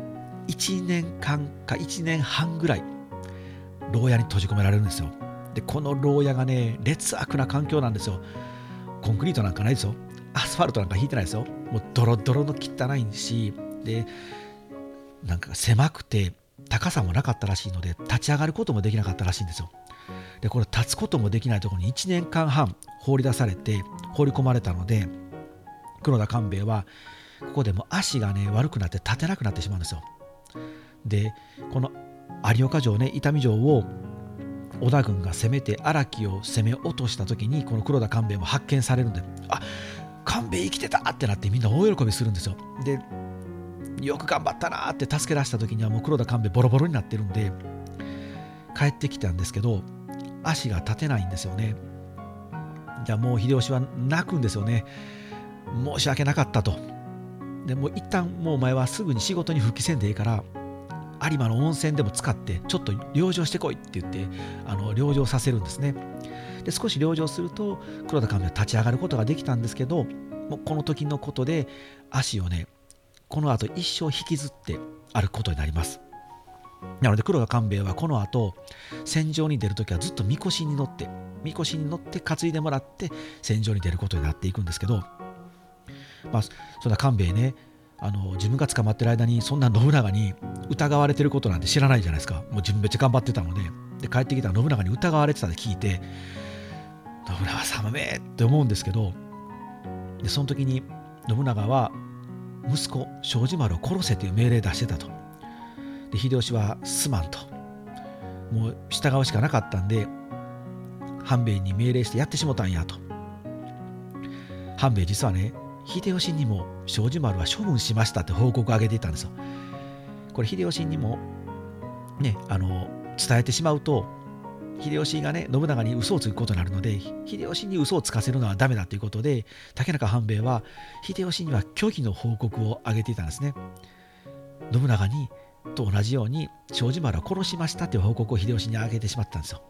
1年間か1年半ぐらい牢屋に閉じ込められるんですよ。でこの牢屋がね劣悪な環境なんですよ。コンクリートなんかないですよ。アスファルトなんか引いてないですよ。もうドロドロの汚いし、でなんか狭くて高さもなかったらしいので立ち上がることもできなかったらしいんですよ。でこれ立つこともできないところに1年間半放り出されて放り込まれたので、黒田官兵衛はここでも足がね悪くなって立てなくなってしまうんですよ。でこの有岡城ね、伊丹城を織田軍が攻めて荒木を攻め落とした時にこの黒田官兵衛も発見されるんで、あ、官兵衛生きてたってなってみんな大喜びするんですよ。でよく頑張ったなって助け出した時にはもう黒田官兵衛ボロボロになってるんで帰ってきたんですけど、足が立てないんですよね。じゃあもう秀吉は泣くんですよね。申し訳なかったと。でもう一旦もうお前はすぐに仕事に復帰せんでいいから有馬の温泉でも使ってちょっと療養してこいって言って療養させるんですね。で少し療養すると黒田官兵衛は立ち上がることができたんですけど、もうこの時のことで足をねこの後一生引きずって歩くことになります。なので黒田官兵衛はこの後戦場に出るときはずっとみこしに乗って担いでもらって戦場に出ることになっていくんですけど、そんな官兵衛ね自分が捕まってる間にそんな信長に疑われてることなんて知らないじゃないですか。もう自分めっちゃ頑張ってたので、帰ってきたら信長に疑われてたって聞いて、信長様めって思うんですけど、でその時に信長は息子庄司丸を殺せという命令出してたと。で秀吉はすまんと、もう従うしかなかったんで半兵衛に命令してやってしもたんやと。半兵衛実はね秀吉にも庄司丸は処分しましたって報告を上げていたんですよ。これ秀吉にもね伝えてしまうと秀吉がね信長に嘘をつくことになるので、秀吉に嘘をつかせるのはダメだということで竹中半兵衛は秀吉には虚偽の報告を上げていたんですね。信長にと同じように庄司丸は殺しましたという報告を秀吉に上げてしまったんですよ。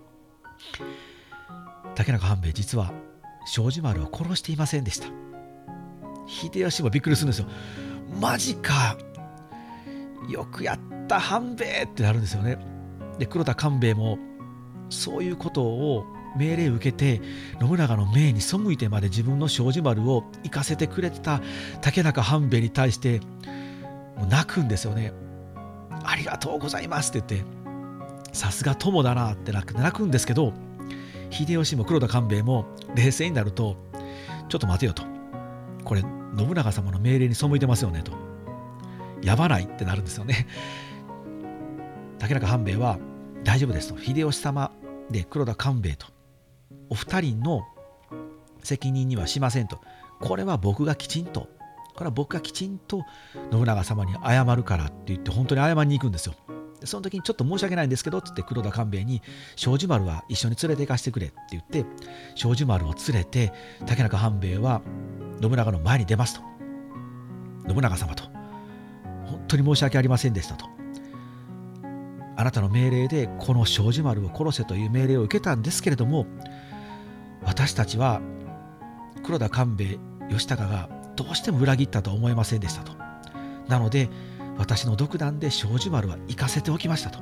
竹中半兵衛実は庄司丸を殺していませんでした。秀吉もびっくりするんですよ。マジか、よくやった半兵衛ってなるんですよね。で黒田官兵衛もそういうことを命令を受けて信長の命に背いてまで自分の庄司丸を生かせてくれてた竹中半兵衛に対してもう泣くんですよね。 ありがとうございますって言って、さすが友だなって泣くんですけど、秀吉も黒田官兵衛も冷静になると、ちょっと待てよと、これ信長様の命令に背いてますよねと、やばないってなるんですよね。竹中半兵衛は大丈夫ですと、秀吉様で黒田官兵衛とお二人の責任にはしませんと、これは僕がきちんと信長様に謝るからって言って、本当に謝りに行くんですよ。でその時にちょっと申し訳ないんですけどって言って、黒田官兵衛に庄司丸は一緒に連れて行かせてくれって言って、庄司丸を連れて竹中半兵衛は信長の前に出ますと。信長様と、本当に申し訳ありませんでしたと、あなたの命令でこの庄司丸を殺せという命令を受けたんですけれども、私たちは黒田官兵衛義高がどうしても裏切ったとは思えませんでしたと。なので私の独断で庄司丸は行かせておきましたと。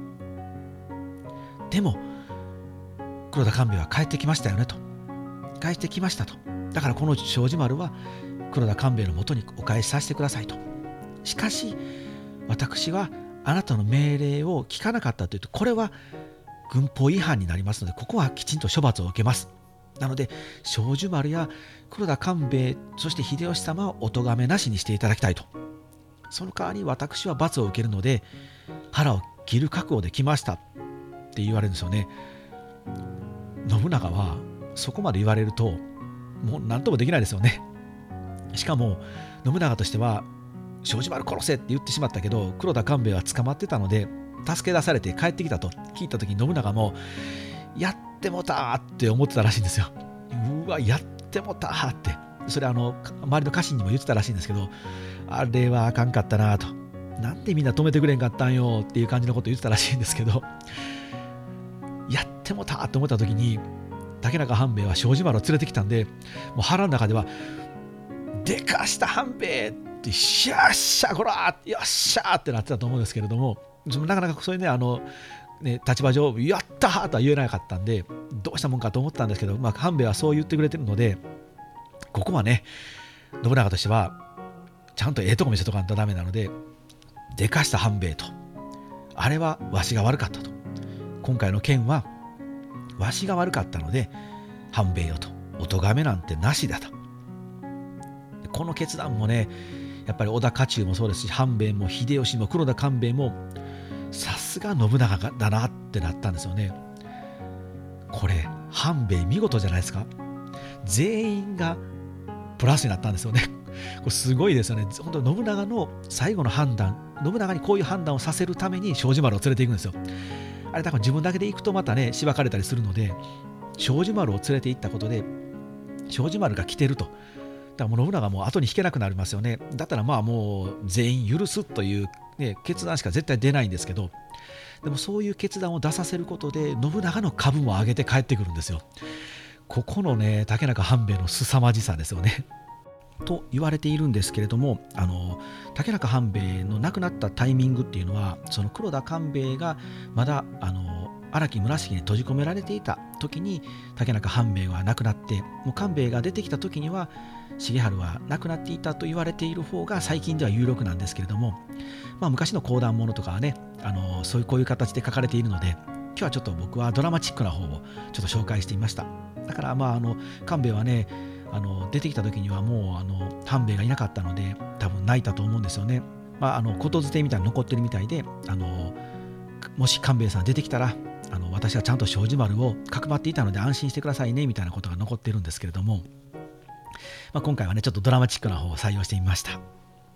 でも黒田官兵衛は帰ってきましたよねと。帰ってきましたと。だからこの庄司丸は黒田官兵衛のもとにお返しさせてくださいと。しかし私はあなたの命令を聞かなかったというと、これは軍法違反になりますので、ここはきちんと処罰を受けます。なので庄司丸や黒田官兵衛、そして秀吉様はお咎めなしにしていただきたいと。その代わり私は罰を受けるので腹を切る覚悟で来ましたって言われるんですよね。信長はそこまで言われるともう何ともできないですよね。しかも信長としては庄司丸殺せって言ってしまったけど、黒田官兵衛は捕まってたので助け出されて帰ってきたと聞いた時に、信長もやってもたって思ってたらしいんですよ。うわ、やってもたって、それ周りの家臣にも言ってたらしいんですけど、あれはあかんかったなと、なんでみんな止めてくれんかったんよっていう感じのことを言ってたらしいんですけど、やってもたって思った時に竹中半兵衛は庄司丸を連れてきたんで、もう腹の中ではでかした半兵衛ってしゃっしゃこらよっしゃってなってたと思うんですけれども、なかなかそういう立場上やったーとは言えなかったんで、どうしたもんかと思ったんですけど、半兵衛はそう言ってくれてるので、ここはね信長としてはちゃんとええとこ見せとかんとダメなので、でかした半兵衛と、あれはわしが悪かったと、今回の件はわしが悪かったので半兵衛よと、お咎めなんてなしだと。この決断もね、やっぱり織田家中もそうですし、半兵衛も秀吉も黒田官兵衛もさすが信長だなってなったんですよね。これ半兵衛見事じゃないですか。全員がプラスになったんですよね。これすごいですよね。本当に信長の最後の判断、信長にこういう判断をさせるために庄司丸を連れていくんですよ。あれだから自分だけで行くとまたねしばかれたりするので、庄司丸を連れて行ったことで庄司丸が来てると、だからもう信長も後に引けなくなりますよね。だったらもう全員許すという、決断しか絶対出ないんですけど、でもそういう決断を出させることで信長の株も上げて帰ってくるんですよ。ここのね竹中半兵衛の凄まじさですよね。と言われているんですけれども、竹中半兵衛の亡くなったタイミングっていうのは、その黒田官兵衛がまだ荒木村重に閉じ込められていた時に竹中半兵衛は亡くなって、もう官兵衛が出てきた時には重治は亡くなっていたと言われている方が最近では有力なんですけれども、昔の講談物とかはねこういう形で書かれているので、今日はちょっと僕はドラマチックな方をちょっと紹介してみました。だから官兵衛はね出てきた時にはもう半兵衛がいなかったので多分泣いたと思うんですよね。ことづてみたいに残ってるみたいで、もし官兵衛さん出てきたら私はちゃんと庄司丸をかくまっていたので安心してくださいねみたいなことが残ってるんですけれども、今回はねちょっとドラマチックな方を採用してみました。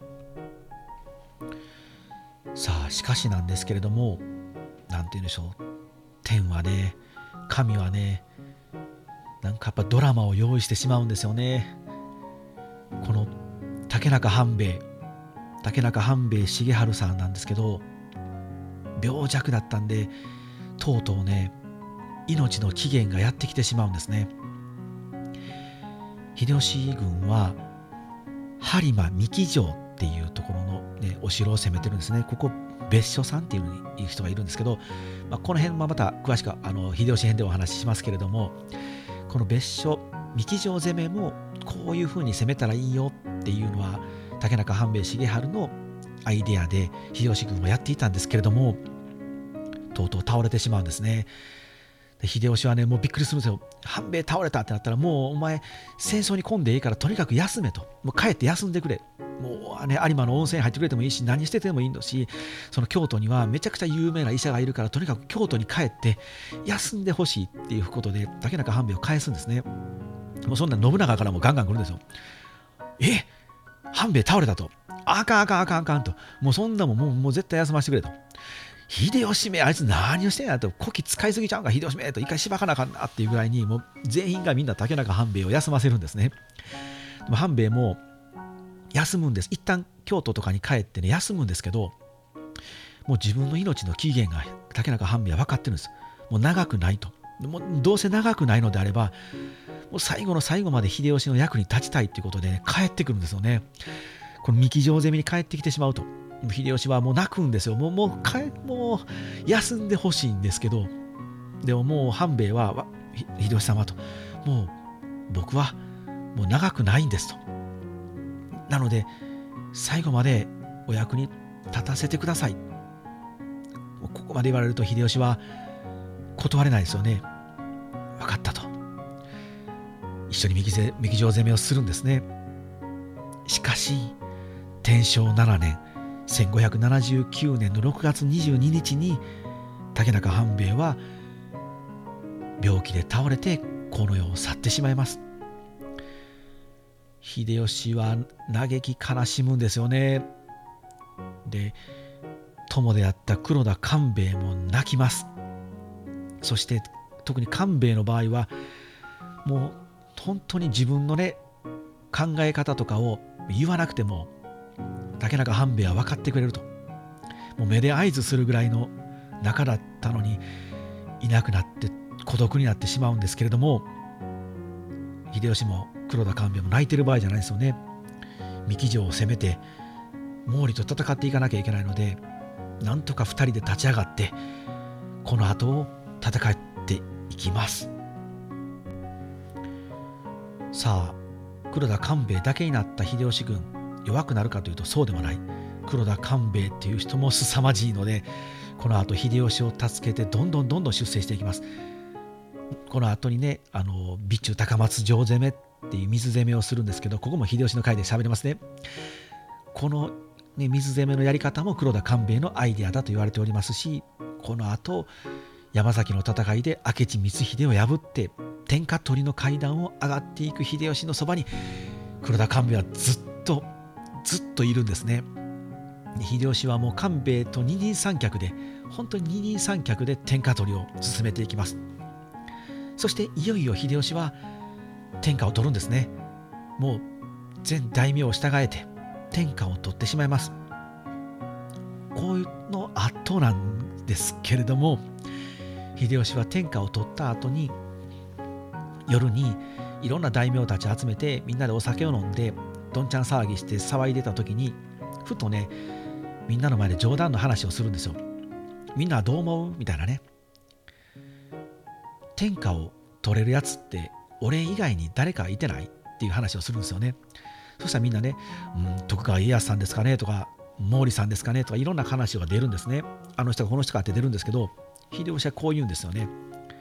さあしかしなんですけれども、なんて言うんでしょう、天はね神はねなんかやっぱドラマを用意してしまうんですよね。この竹中半兵衛重治さんなんですけど、病弱だったんでとうとうね命の期限がやってきてしまうんですね。秀吉軍は播磨三木城っていうところの、お城を攻めてるんですね。ここ別所さんっていう人がいるんですけど、この辺はまた詳しく秀吉編でお話ししますけれども、この別所三木城攻めもこういう風に攻めたらいいよっていうのは竹中半兵衛重治のアイデアで秀吉軍はやっていたんですけれども、とうとう倒れてしまうんですね。で秀吉はね、もうびっくりするんですよ。半兵衛倒れたってなったら、もうお前戦争に来んでいいからとにかく休めと、もう帰って休んでくれ、もうね、有馬の温泉入ってくれてもいいし、何しててもいいんだし、その京都にはめちゃくちゃ有名な医者がいるから、とにかく京都に帰って休んでほしいっていうことで竹中半兵衛を返すんですね。もうそんな信長からもガンガン来るんですよ。半兵衛倒れたと、あかんあかんあかんあかんと、もうそんなもんもう絶対休ませてくれと。秀吉め、あいつ何をしてんやと、こき使いすぎちゃうんか秀吉めと、一回しばかなあかんなっていうぐらいに、もう全員がみんな竹中半兵衛を休ませるんですね。でも半兵衛も休むんです。一旦京都とかに帰ってね、休むんですけど、もう自分の命の期限が竹中半兵衛は分かってるんです。もう長くないと。もうどうせ長くないのであれば、もう最後の最後まで秀吉の役に立ちたいっていうことで、ね、帰ってくるんですよね。この三木城攻めに帰ってきてしまうと。秀吉はもう泣くんですよ。もう休んでほしいんですけど、でももう半兵衛は秀吉様と、もう僕はもう長くないんですと。なので最後までお役に立たせてください。ここまで言われると秀吉は断れないですよね。分かったと。一緒に三木城攻めをするんですね。しかし天正7年1579年の6月22日に竹中半兵衛は病気で倒れてこの世を去ってしまいます。秀吉は嘆き悲しむんですよね。で、友であった黒田官兵衛も泣きます。そして特に官兵衛の場合はもう本当に自分のね考え方とかを言わなくても竹中半兵衛は分かってくれると。もう目で合図するぐらいの仲だったのにいなくなって孤独になってしまうんですけれども、秀吉も黒田官兵衛も泣いてる場合じゃないですよね。三木城を攻めて毛利と戦っていかなきゃいけないので、なんとか2人で立ち上がってこの後を戦っていきます。さあ黒田官兵衛だけになった秀吉軍、弱くなるかというとそうでもない。黒田官兵衛っていう人も凄まじいので、この後秀吉を助けてどんどん出世していきます。この後にね、備中高松城攻めっていう水攻めをするんですけど、ここも秀吉の回で喋りますね。この、ね、水攻めのやり方も黒田官兵衛のアイデアだと言われておりますし、この後山崎の戦いで明智光秀を破って天下取りの階段を上がっていく秀吉のそばに黒田官兵衛はずっといるんですね。秀吉はもう官兵衛と二人三脚で、本当に二人三脚で天下取りを進めていきます。そしていよいよ秀吉は天下を取るんですね。もう全大名を従えて天下を取ってしまいます。こういうの圧倒なんですけれども、秀吉は天下を取った後に夜にいろんな大名たち集めてみんなでお酒を飲んでどんちゃん騒ぎして騒いでた時に、ふとねみんなの前で冗談の話をするんですよ。みんなはどう思うみたいなね。天下を取れるやつって俺以外に誰かいてないっていう話をするんですよね。そしたらみんなね、徳川家康さんですかねとか毛利さんですかねとかいろんな話が出るんですね。あの人がこの人かって出るんですけど、秀吉はこう言うんですよね。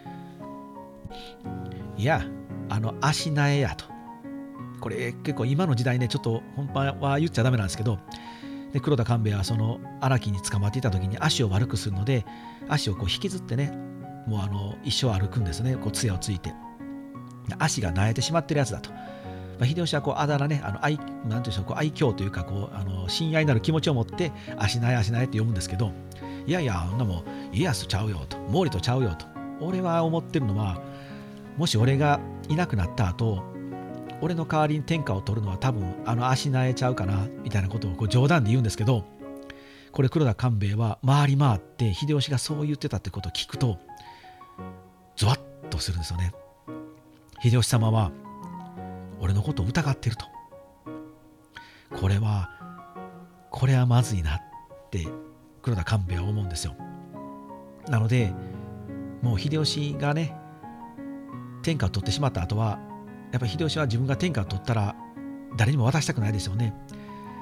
いや、足苗やと。これ結構今の時代ね、ちょっと本番は言っちゃダメなんですけど、で黒田官兵衛はその荒木に捕まっていた時に足を悪くするので、足をこう引きずってね、もう一生歩くんですね。こう杖をついて足が苗えてしまってるやつだと。秀吉はこうあだ名ね、なんていうんでしょう、こう愛嬌というかこう親愛なる気持ちを持って足苗足苗って呼ぶんですけど、いやいや、あんなもん家康とちゃうよと、毛利とちゃうよと。俺は思ってるのは、もし俺がいなくなった後、俺の代わりに天下を取るのは多分足苗ちゃうかなみたいなことをこう冗談で言うんですけど、これ黒田官兵衛は回り回って秀吉がそう言ってたってことを聞くとゾワッとするんですよね。秀吉様は俺のことを疑ってると。これはまずいなって黒田官兵衛は思うんですよ。なのでもう秀吉がね天下を取ってしまった後は、やっぱり秀吉は自分が天下を取ったら誰にも渡したくないですよね。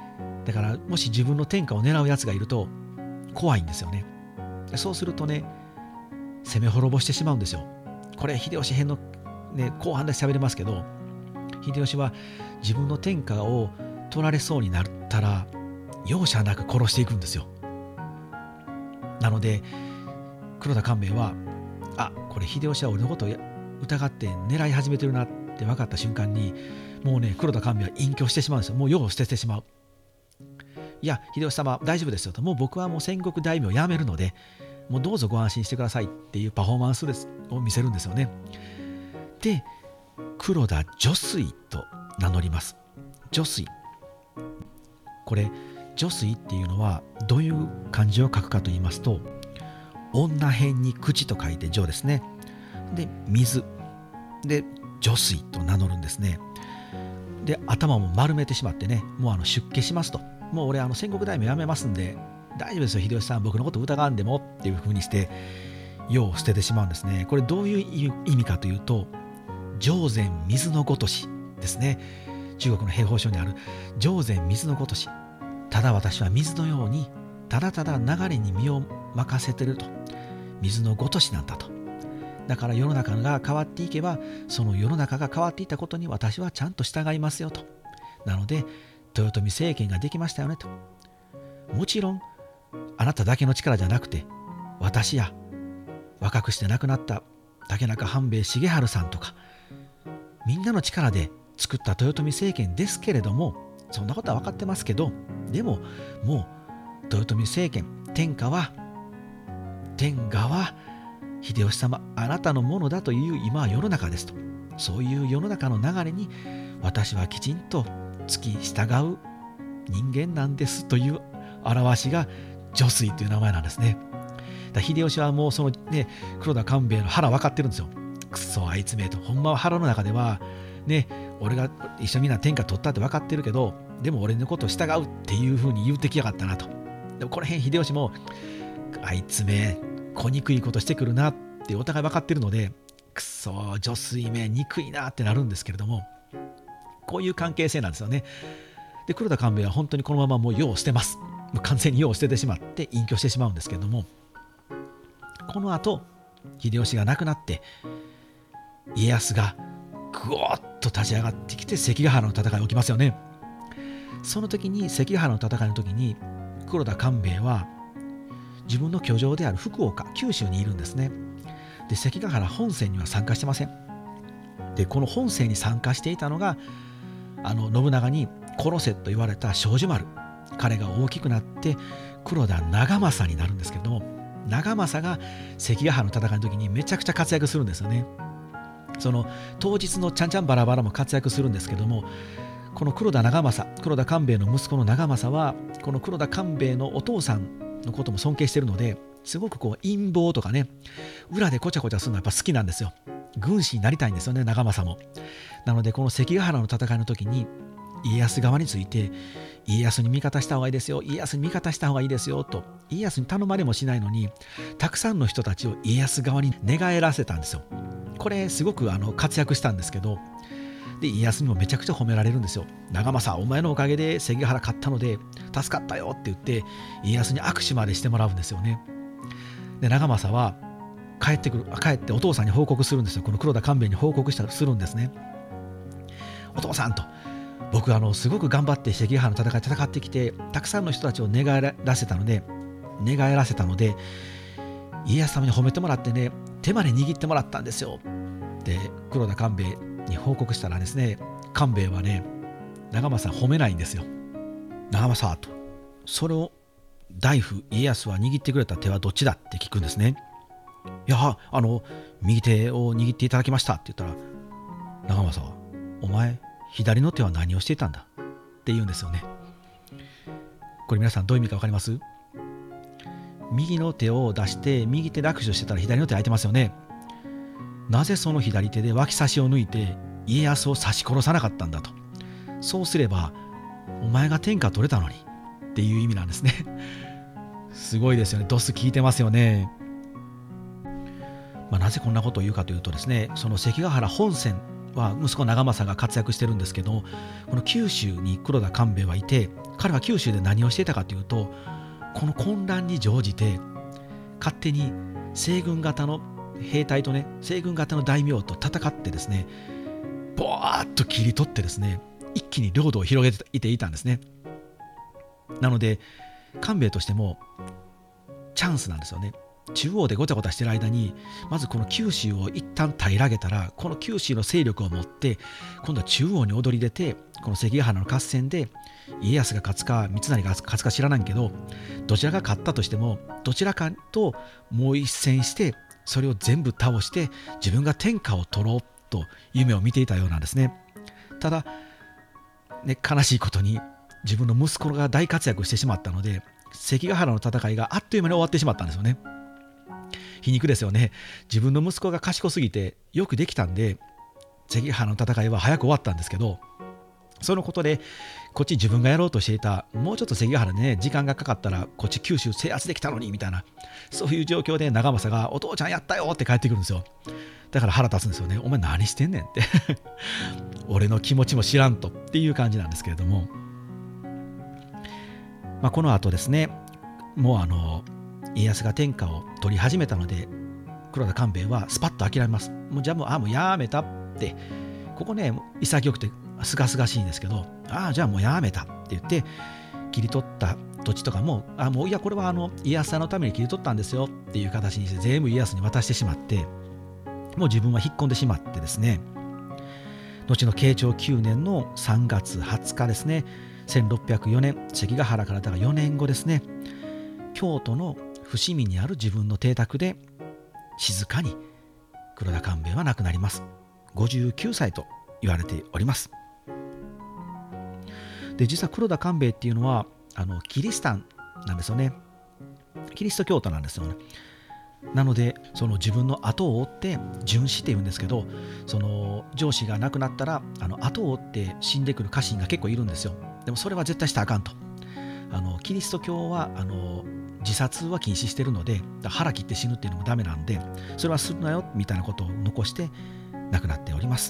だからもし自分の天下を狙うやつがいると怖いんですよね。そうするとね、攻め滅ぼしてしまうんですよ。これ秀吉編の、ね、後半で喋れますけど、秀吉は自分の天下を取られそうになったら容赦なく殺していくんですよ。なので黒田官兵衛は、これ秀吉は俺のことを疑って狙い始めてるなって分かった瞬間に、もうね、黒田官兵衛は隠居してしまうんですよ。もう世を捨ててしまう。いや、秀吉様大丈夫ですよと、もう僕はもう戦国大名を辞めるので、もうどうぞご安心してくださいっていうパフォーマンスを見せるんですよね。で、黒田如水と名乗ります。如水。これ、如水っていうのはどういう漢字を書くかと言いますと、女辺に口と書いて如ですね。で、水。で、如水と名乗るんですね。で、頭も丸めてしまってね、もう出家しますと。もう俺戦国大名辞めますんで、大丈夫ですよ、秀吉さん、僕のこと疑わんでもっていう風にして、世を捨ててしまうんですね。これどういう意味かというと、上善水のごとしですね。中国の兵法書にある上善水のごとし。ただ私は水のように、ただただ流れに身を任せてると。水のごとしなんだと。だから世の中が変わっていけば、その世の中が変わっていったことに私はちゃんと従いますよと。なので、豊臣政権ができましたよねと。もちろん、あなただけの力じゃなくて、私や若くして亡くなった竹中半兵衛重治さんとか、みんなの力で作った豊臣政権ですけれども、そんなことは分かってますけど、でももう豊臣政権、天下は秀吉様あなたのものだという今は世の中ですと。そういう世の中の流れに私はきちんと付き従う人間なんですという表しが如水という名前なんですね。だ秀吉はもうそのね、黒田官兵衛の腹分かってるんですよ。くそあいつめと。ほんまは腹の中ではね、俺が一緒にみんな天下取ったって分かってるけど、でも俺のことを従うっていう風に言うてきやがったなと。でもこの辺秀吉もあいつめ小憎いことしてくるなってお互い分かってるので、くそ如水め憎いなってなるんですけれども、こういう関係性なんですよね。で、黒田官兵衛は本当にこのままもう世を捨てます。もう完全に世を捨ててしまって隠居してしまうんですけれども、この後秀吉が亡くなって家康がぐおっと立ち上がってきて関ヶ原の戦いが起きますよね。その時に関ヶ原の戦いの時に黒田官兵衛は自分の居城である福岡、九州にいるんですね。で、関ヶ原本戦には参加してません。で、この本戦に参加していたのが信長に殺せと言われた庄司丸。彼が大きくなって黒田長政になるんですけれども、長政が関ヶ原の戦いの時にめちゃくちゃ活躍するんですよね。その当日のちゃんちゃんバラバラも活躍するんですけども、この黒田官兵衛の息子の長政はこの黒田官兵衛のお父さんのことも尊敬しているので、すごくこう陰謀とかね、裏でこちゃこちゃするのはやっぱ好きなんですよ。軍師になりたいんですよね、長政も。なのでこの関ヶ原の戦いの時に家康側について、家康に味方した方がいいですよ、家康に味方した方がいいですよと、家康に頼まれもしないのにたくさんの人たちを家康側に寝返らせたんですよ。これすごく活躍したんですけど、で家康にもめちゃくちゃ褒められるんですよ。長政、お前のおかげで関ヶ原勝ったので助かったよって言って家康に握手までしてもらうんですよね。で、長政は帰ってお父さんに報告するんですよ。この黒田官兵衛に報告するんですね。お父さんと、僕すごく頑張って関ヶ原の戦ってきて、たくさんの人たちを寝返らせたので家康様に褒めてもらってね、手まで握ってもらったんですよ。で、黒田官兵衛に報告したらですね、官兵衛はね、長政褒めないんですよ。長政と、それを大夫家康は握ってくれた手はどっちだって聞くんですね。いや、右手を握っていただきましたって言ったら、長政は、お前左の手は何をしていたんだって言うんですよね。これ皆さんどういう意味か分かります？右の手を出して右手で握手してたら左の手空いてますよね。なぜその左手で脇差しを抜いて家康を刺し殺さなかったんだと。そうすればお前が天下取れたのにっていう意味なんですね。すごいですよね。ドス効いてますよね。なぜこんなことを言うかというとですね、その関ヶ原本戦は息子長政が活躍してるんですけど、この九州に黒田官兵衛はいて、彼は九州で何をしていたかというと、この混乱に乗じて勝手に西軍型の兵隊とね、西軍型の大名と戦ってですね、ボワーッと切り取ってですね、一気に領土を広げていたんですね。なので官兵衛としてもチャンスなんですよね。中央でごちゃごちゃしてる間に、まずこの九州を一旦平らげたら、この九州の勢力を持って今度は中央に躍り出て、この関ヶ原の合戦で家康が勝つか三成が勝つか知らないけど、どちらが勝ったとしてもどちらかともう一戦して、それを全部倒して自分が天下を取ろうと夢を見ていたようなんですね。ただね、悲しいことに自分の息子が大活躍してしまったので、関ヶ原の戦いがあっという間に終わってしまったんですよね。皮肉ですよね。自分の息子が賢すぎてよくできたんで、関ヶ原の戦いは早く終わったんですけど、そのことでこっち自分がやろうとしていた、もうちょっと関ヶ原でね時間がかかったらこっち九州制圧できたのにみたいな、そういう状況で長政がお父ちゃんやったよって帰ってくるんですよ。だから腹立つんですよね。お前何してんねんって俺の気持ちも知らんとっていう感じなんですけれども、この後ですね、もう家康が天下を取り始めたので、黒田官兵衛はスパッと諦めます。もうじゃあもうやめたって、ここね潔くてすがすがしいんですけど、じゃあもうやめたって言って切り取った土地とかも、もういやこれは家康さんのために切り取ったんですよっていう形にして全部家康に渡してしまって、もう自分は引っ込んでしまってですね、後の慶長9年の3月20日ですね、1604年関ヶ原からだから4年後ですね、京都の伏見にある自分の邸宅で静かに黒田官兵衛は亡くなります。59歳と言われております。で実は黒田官兵衛っていうのはキリシタンなんですよね。キリスト教徒なんですよね。なのでその自分の後を追って殉死っていうんですけど、その上司が亡くなったら後を追って死んでくる家臣が結構いるんですよ。でもそれは絶対したらあかんと。キリスト教は自殺は禁止してるので、腹切って死ぬっていうのもダメなんで、それはするなよみたいなことを残して亡くなっております。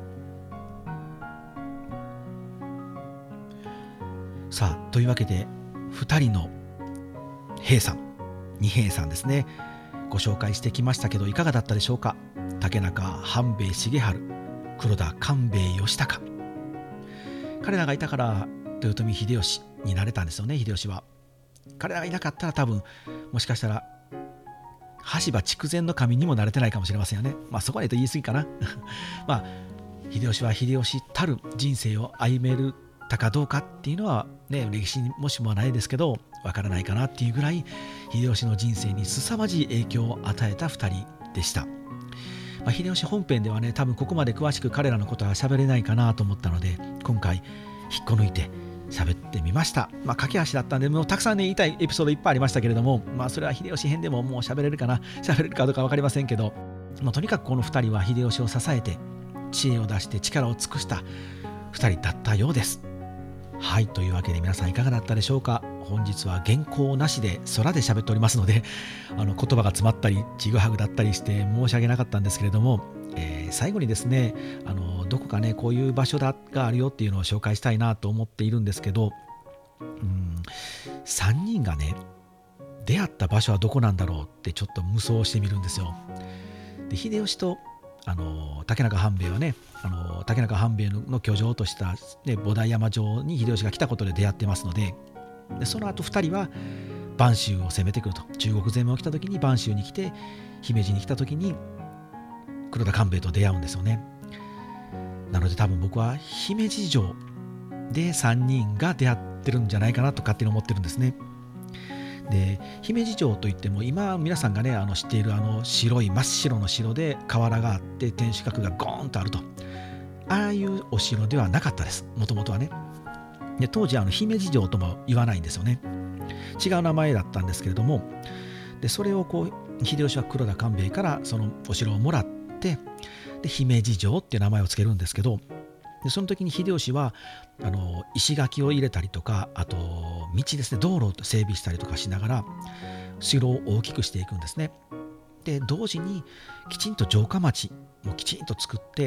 さあというわけで2人の兵さん、二兵さんですね、ご紹介してきましたけどいかがだったでしょうか。竹中半兵衛重治、黒田官兵衛義高、彼らがいたから豊臣秀吉になれたんですよね。秀吉は彼らがいなかったら多分もしかしたら羽柴筑前の神にもなれてないかもしれませんよね。そこまで言い過ぎかな秀吉は秀吉たる人生を歩めるたかどうかっていうのはね、歴史にもしもないですけどわからないかなっていうぐらい秀吉の人生に凄まじい影響を与えた2人でした。秀吉本編ではね、多分ここまで詳しく彼らのことは喋れないかなと思ったので、今回引っこ抜いて喋ってみました。駆け足だったんで、もうたくさんね言いたいエピソードいっぱいありましたけれども、それは秀吉編でももう喋れるかどうか分かりませんけど、とにかくこの2人は秀吉を支えて知恵を出して力を尽くした2人だったようです。はい、というわけで皆さんいかがだったでしょうか。本日は原稿なしで空で喋っておりますので、言葉が詰まったりちぐはぐだったりして申し訳なかったんですけれども、最後にですね、どこかねこういう場所があるよっていうのを紹介したいなと思っているんですけど、3人がね出会った場所はどこなんだろうってちょっと無双してみるんですよ。で秀吉と竹中半兵衛はね、竹中半兵衛の居城とした、菩提山城に秀吉が来たことで出会ってますので、その後2人は播州を攻めてくると。中国攻めを来た時に播州に来て、姫路に来た時に黒田官兵衛と出会うんですよね。なので多分僕は姫路城で3人が出会ってるんじゃないかなと勝手に思ってるんですね。で姫路城といっても今皆さんがね知っている白い真っ白の城で瓦があって天守閣がゴーンとあると、ああいうお城ではなかったです、もともとはね。で当時姫路城とも言わないんですよね。違う名前だったんですけれども、でそれを秀吉は黒田官兵衛からそのお城をもらって、で姫路城っていう名前をつけるんですけど、でその時に秀吉は石垣を入れたりとか、あと道ですね、道路を整備したりとかしながら城を大きくしていくんですね。で同時にきちんと城下町もきちんと作って、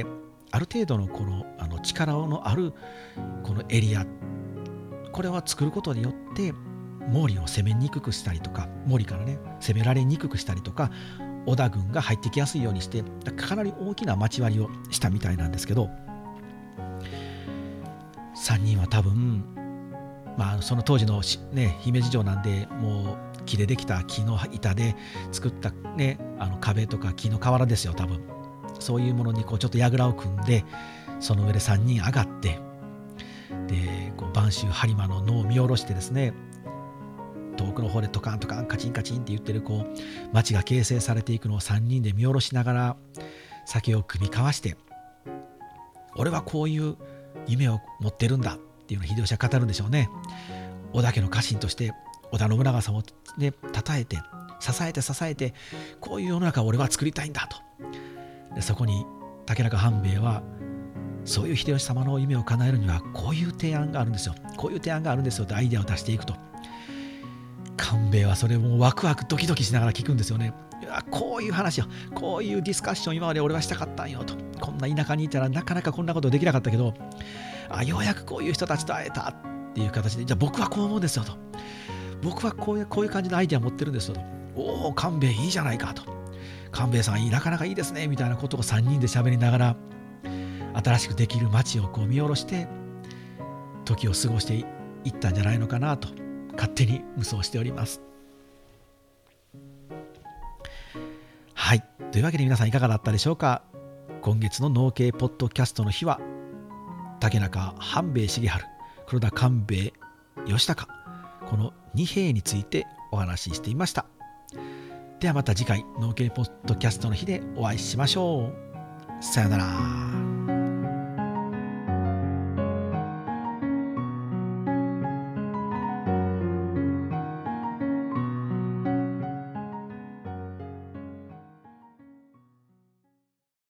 ある程度のこの力のあるこのエリア、これは作ることによって毛利を攻めにくくしたりとか、毛利からね攻められにくくしたりとか、織田軍が入ってきやすいようにして、かなり大きな町割りをしたみたいなんですけど、3人は多分、その当時の、姫路城なんで、もう木でできた木の板で作った、壁とか木の瓦ですよ。多分そういうものにこうちょっと櫓を組んで、その上で3人上がって、でこう播州播磨の野を見下ろしてですね、遠くの方でトカントカンカチンカチンって言ってるこう町が形成されていくのを3人で見下ろしながら酒を酌み交わして、俺はこういう夢を持ってるんだっていうのを秀吉は語るんでしょうね。織田家の家臣として織田信長さんをね称えて支えて、こういう世の中を俺は作りたいんだと。でそこに竹中半兵衛は、そういう秀吉様の夢を叶えるにはこういう提案があるんですよ、こういう提案があるんですよってアイデアを出していくと、官兵衛はそれをワクワクドキドキしながら聞くんですよね。いや、こういう話を、こういうディスカッション今まで俺はしたかったんよと。こんな田舎にいたらなかなかこんなことできなかったけど、ようやくこういう人たちと会えたっていう形で、じゃあ僕はこう思うんですよと。僕はこういう感じのアイデア持ってるんですよと。おお、官兵衛いいじゃないかと。官兵衛さんなかなかいいですねみたいなことを3人で喋りながら、新しくできる町をこう見下ろして時を過ごしていったんじゃないのかなと勝手に無双しております。はい、というわけで皆さんいかがだったでしょうか。今月の農系ポッドキャストの日は、竹中半兵衛重治、黒田官兵衛義高、この2兵についてお話ししていました。ではまた次回農系ポッドキャストの日でお会いしましょう。さよなら。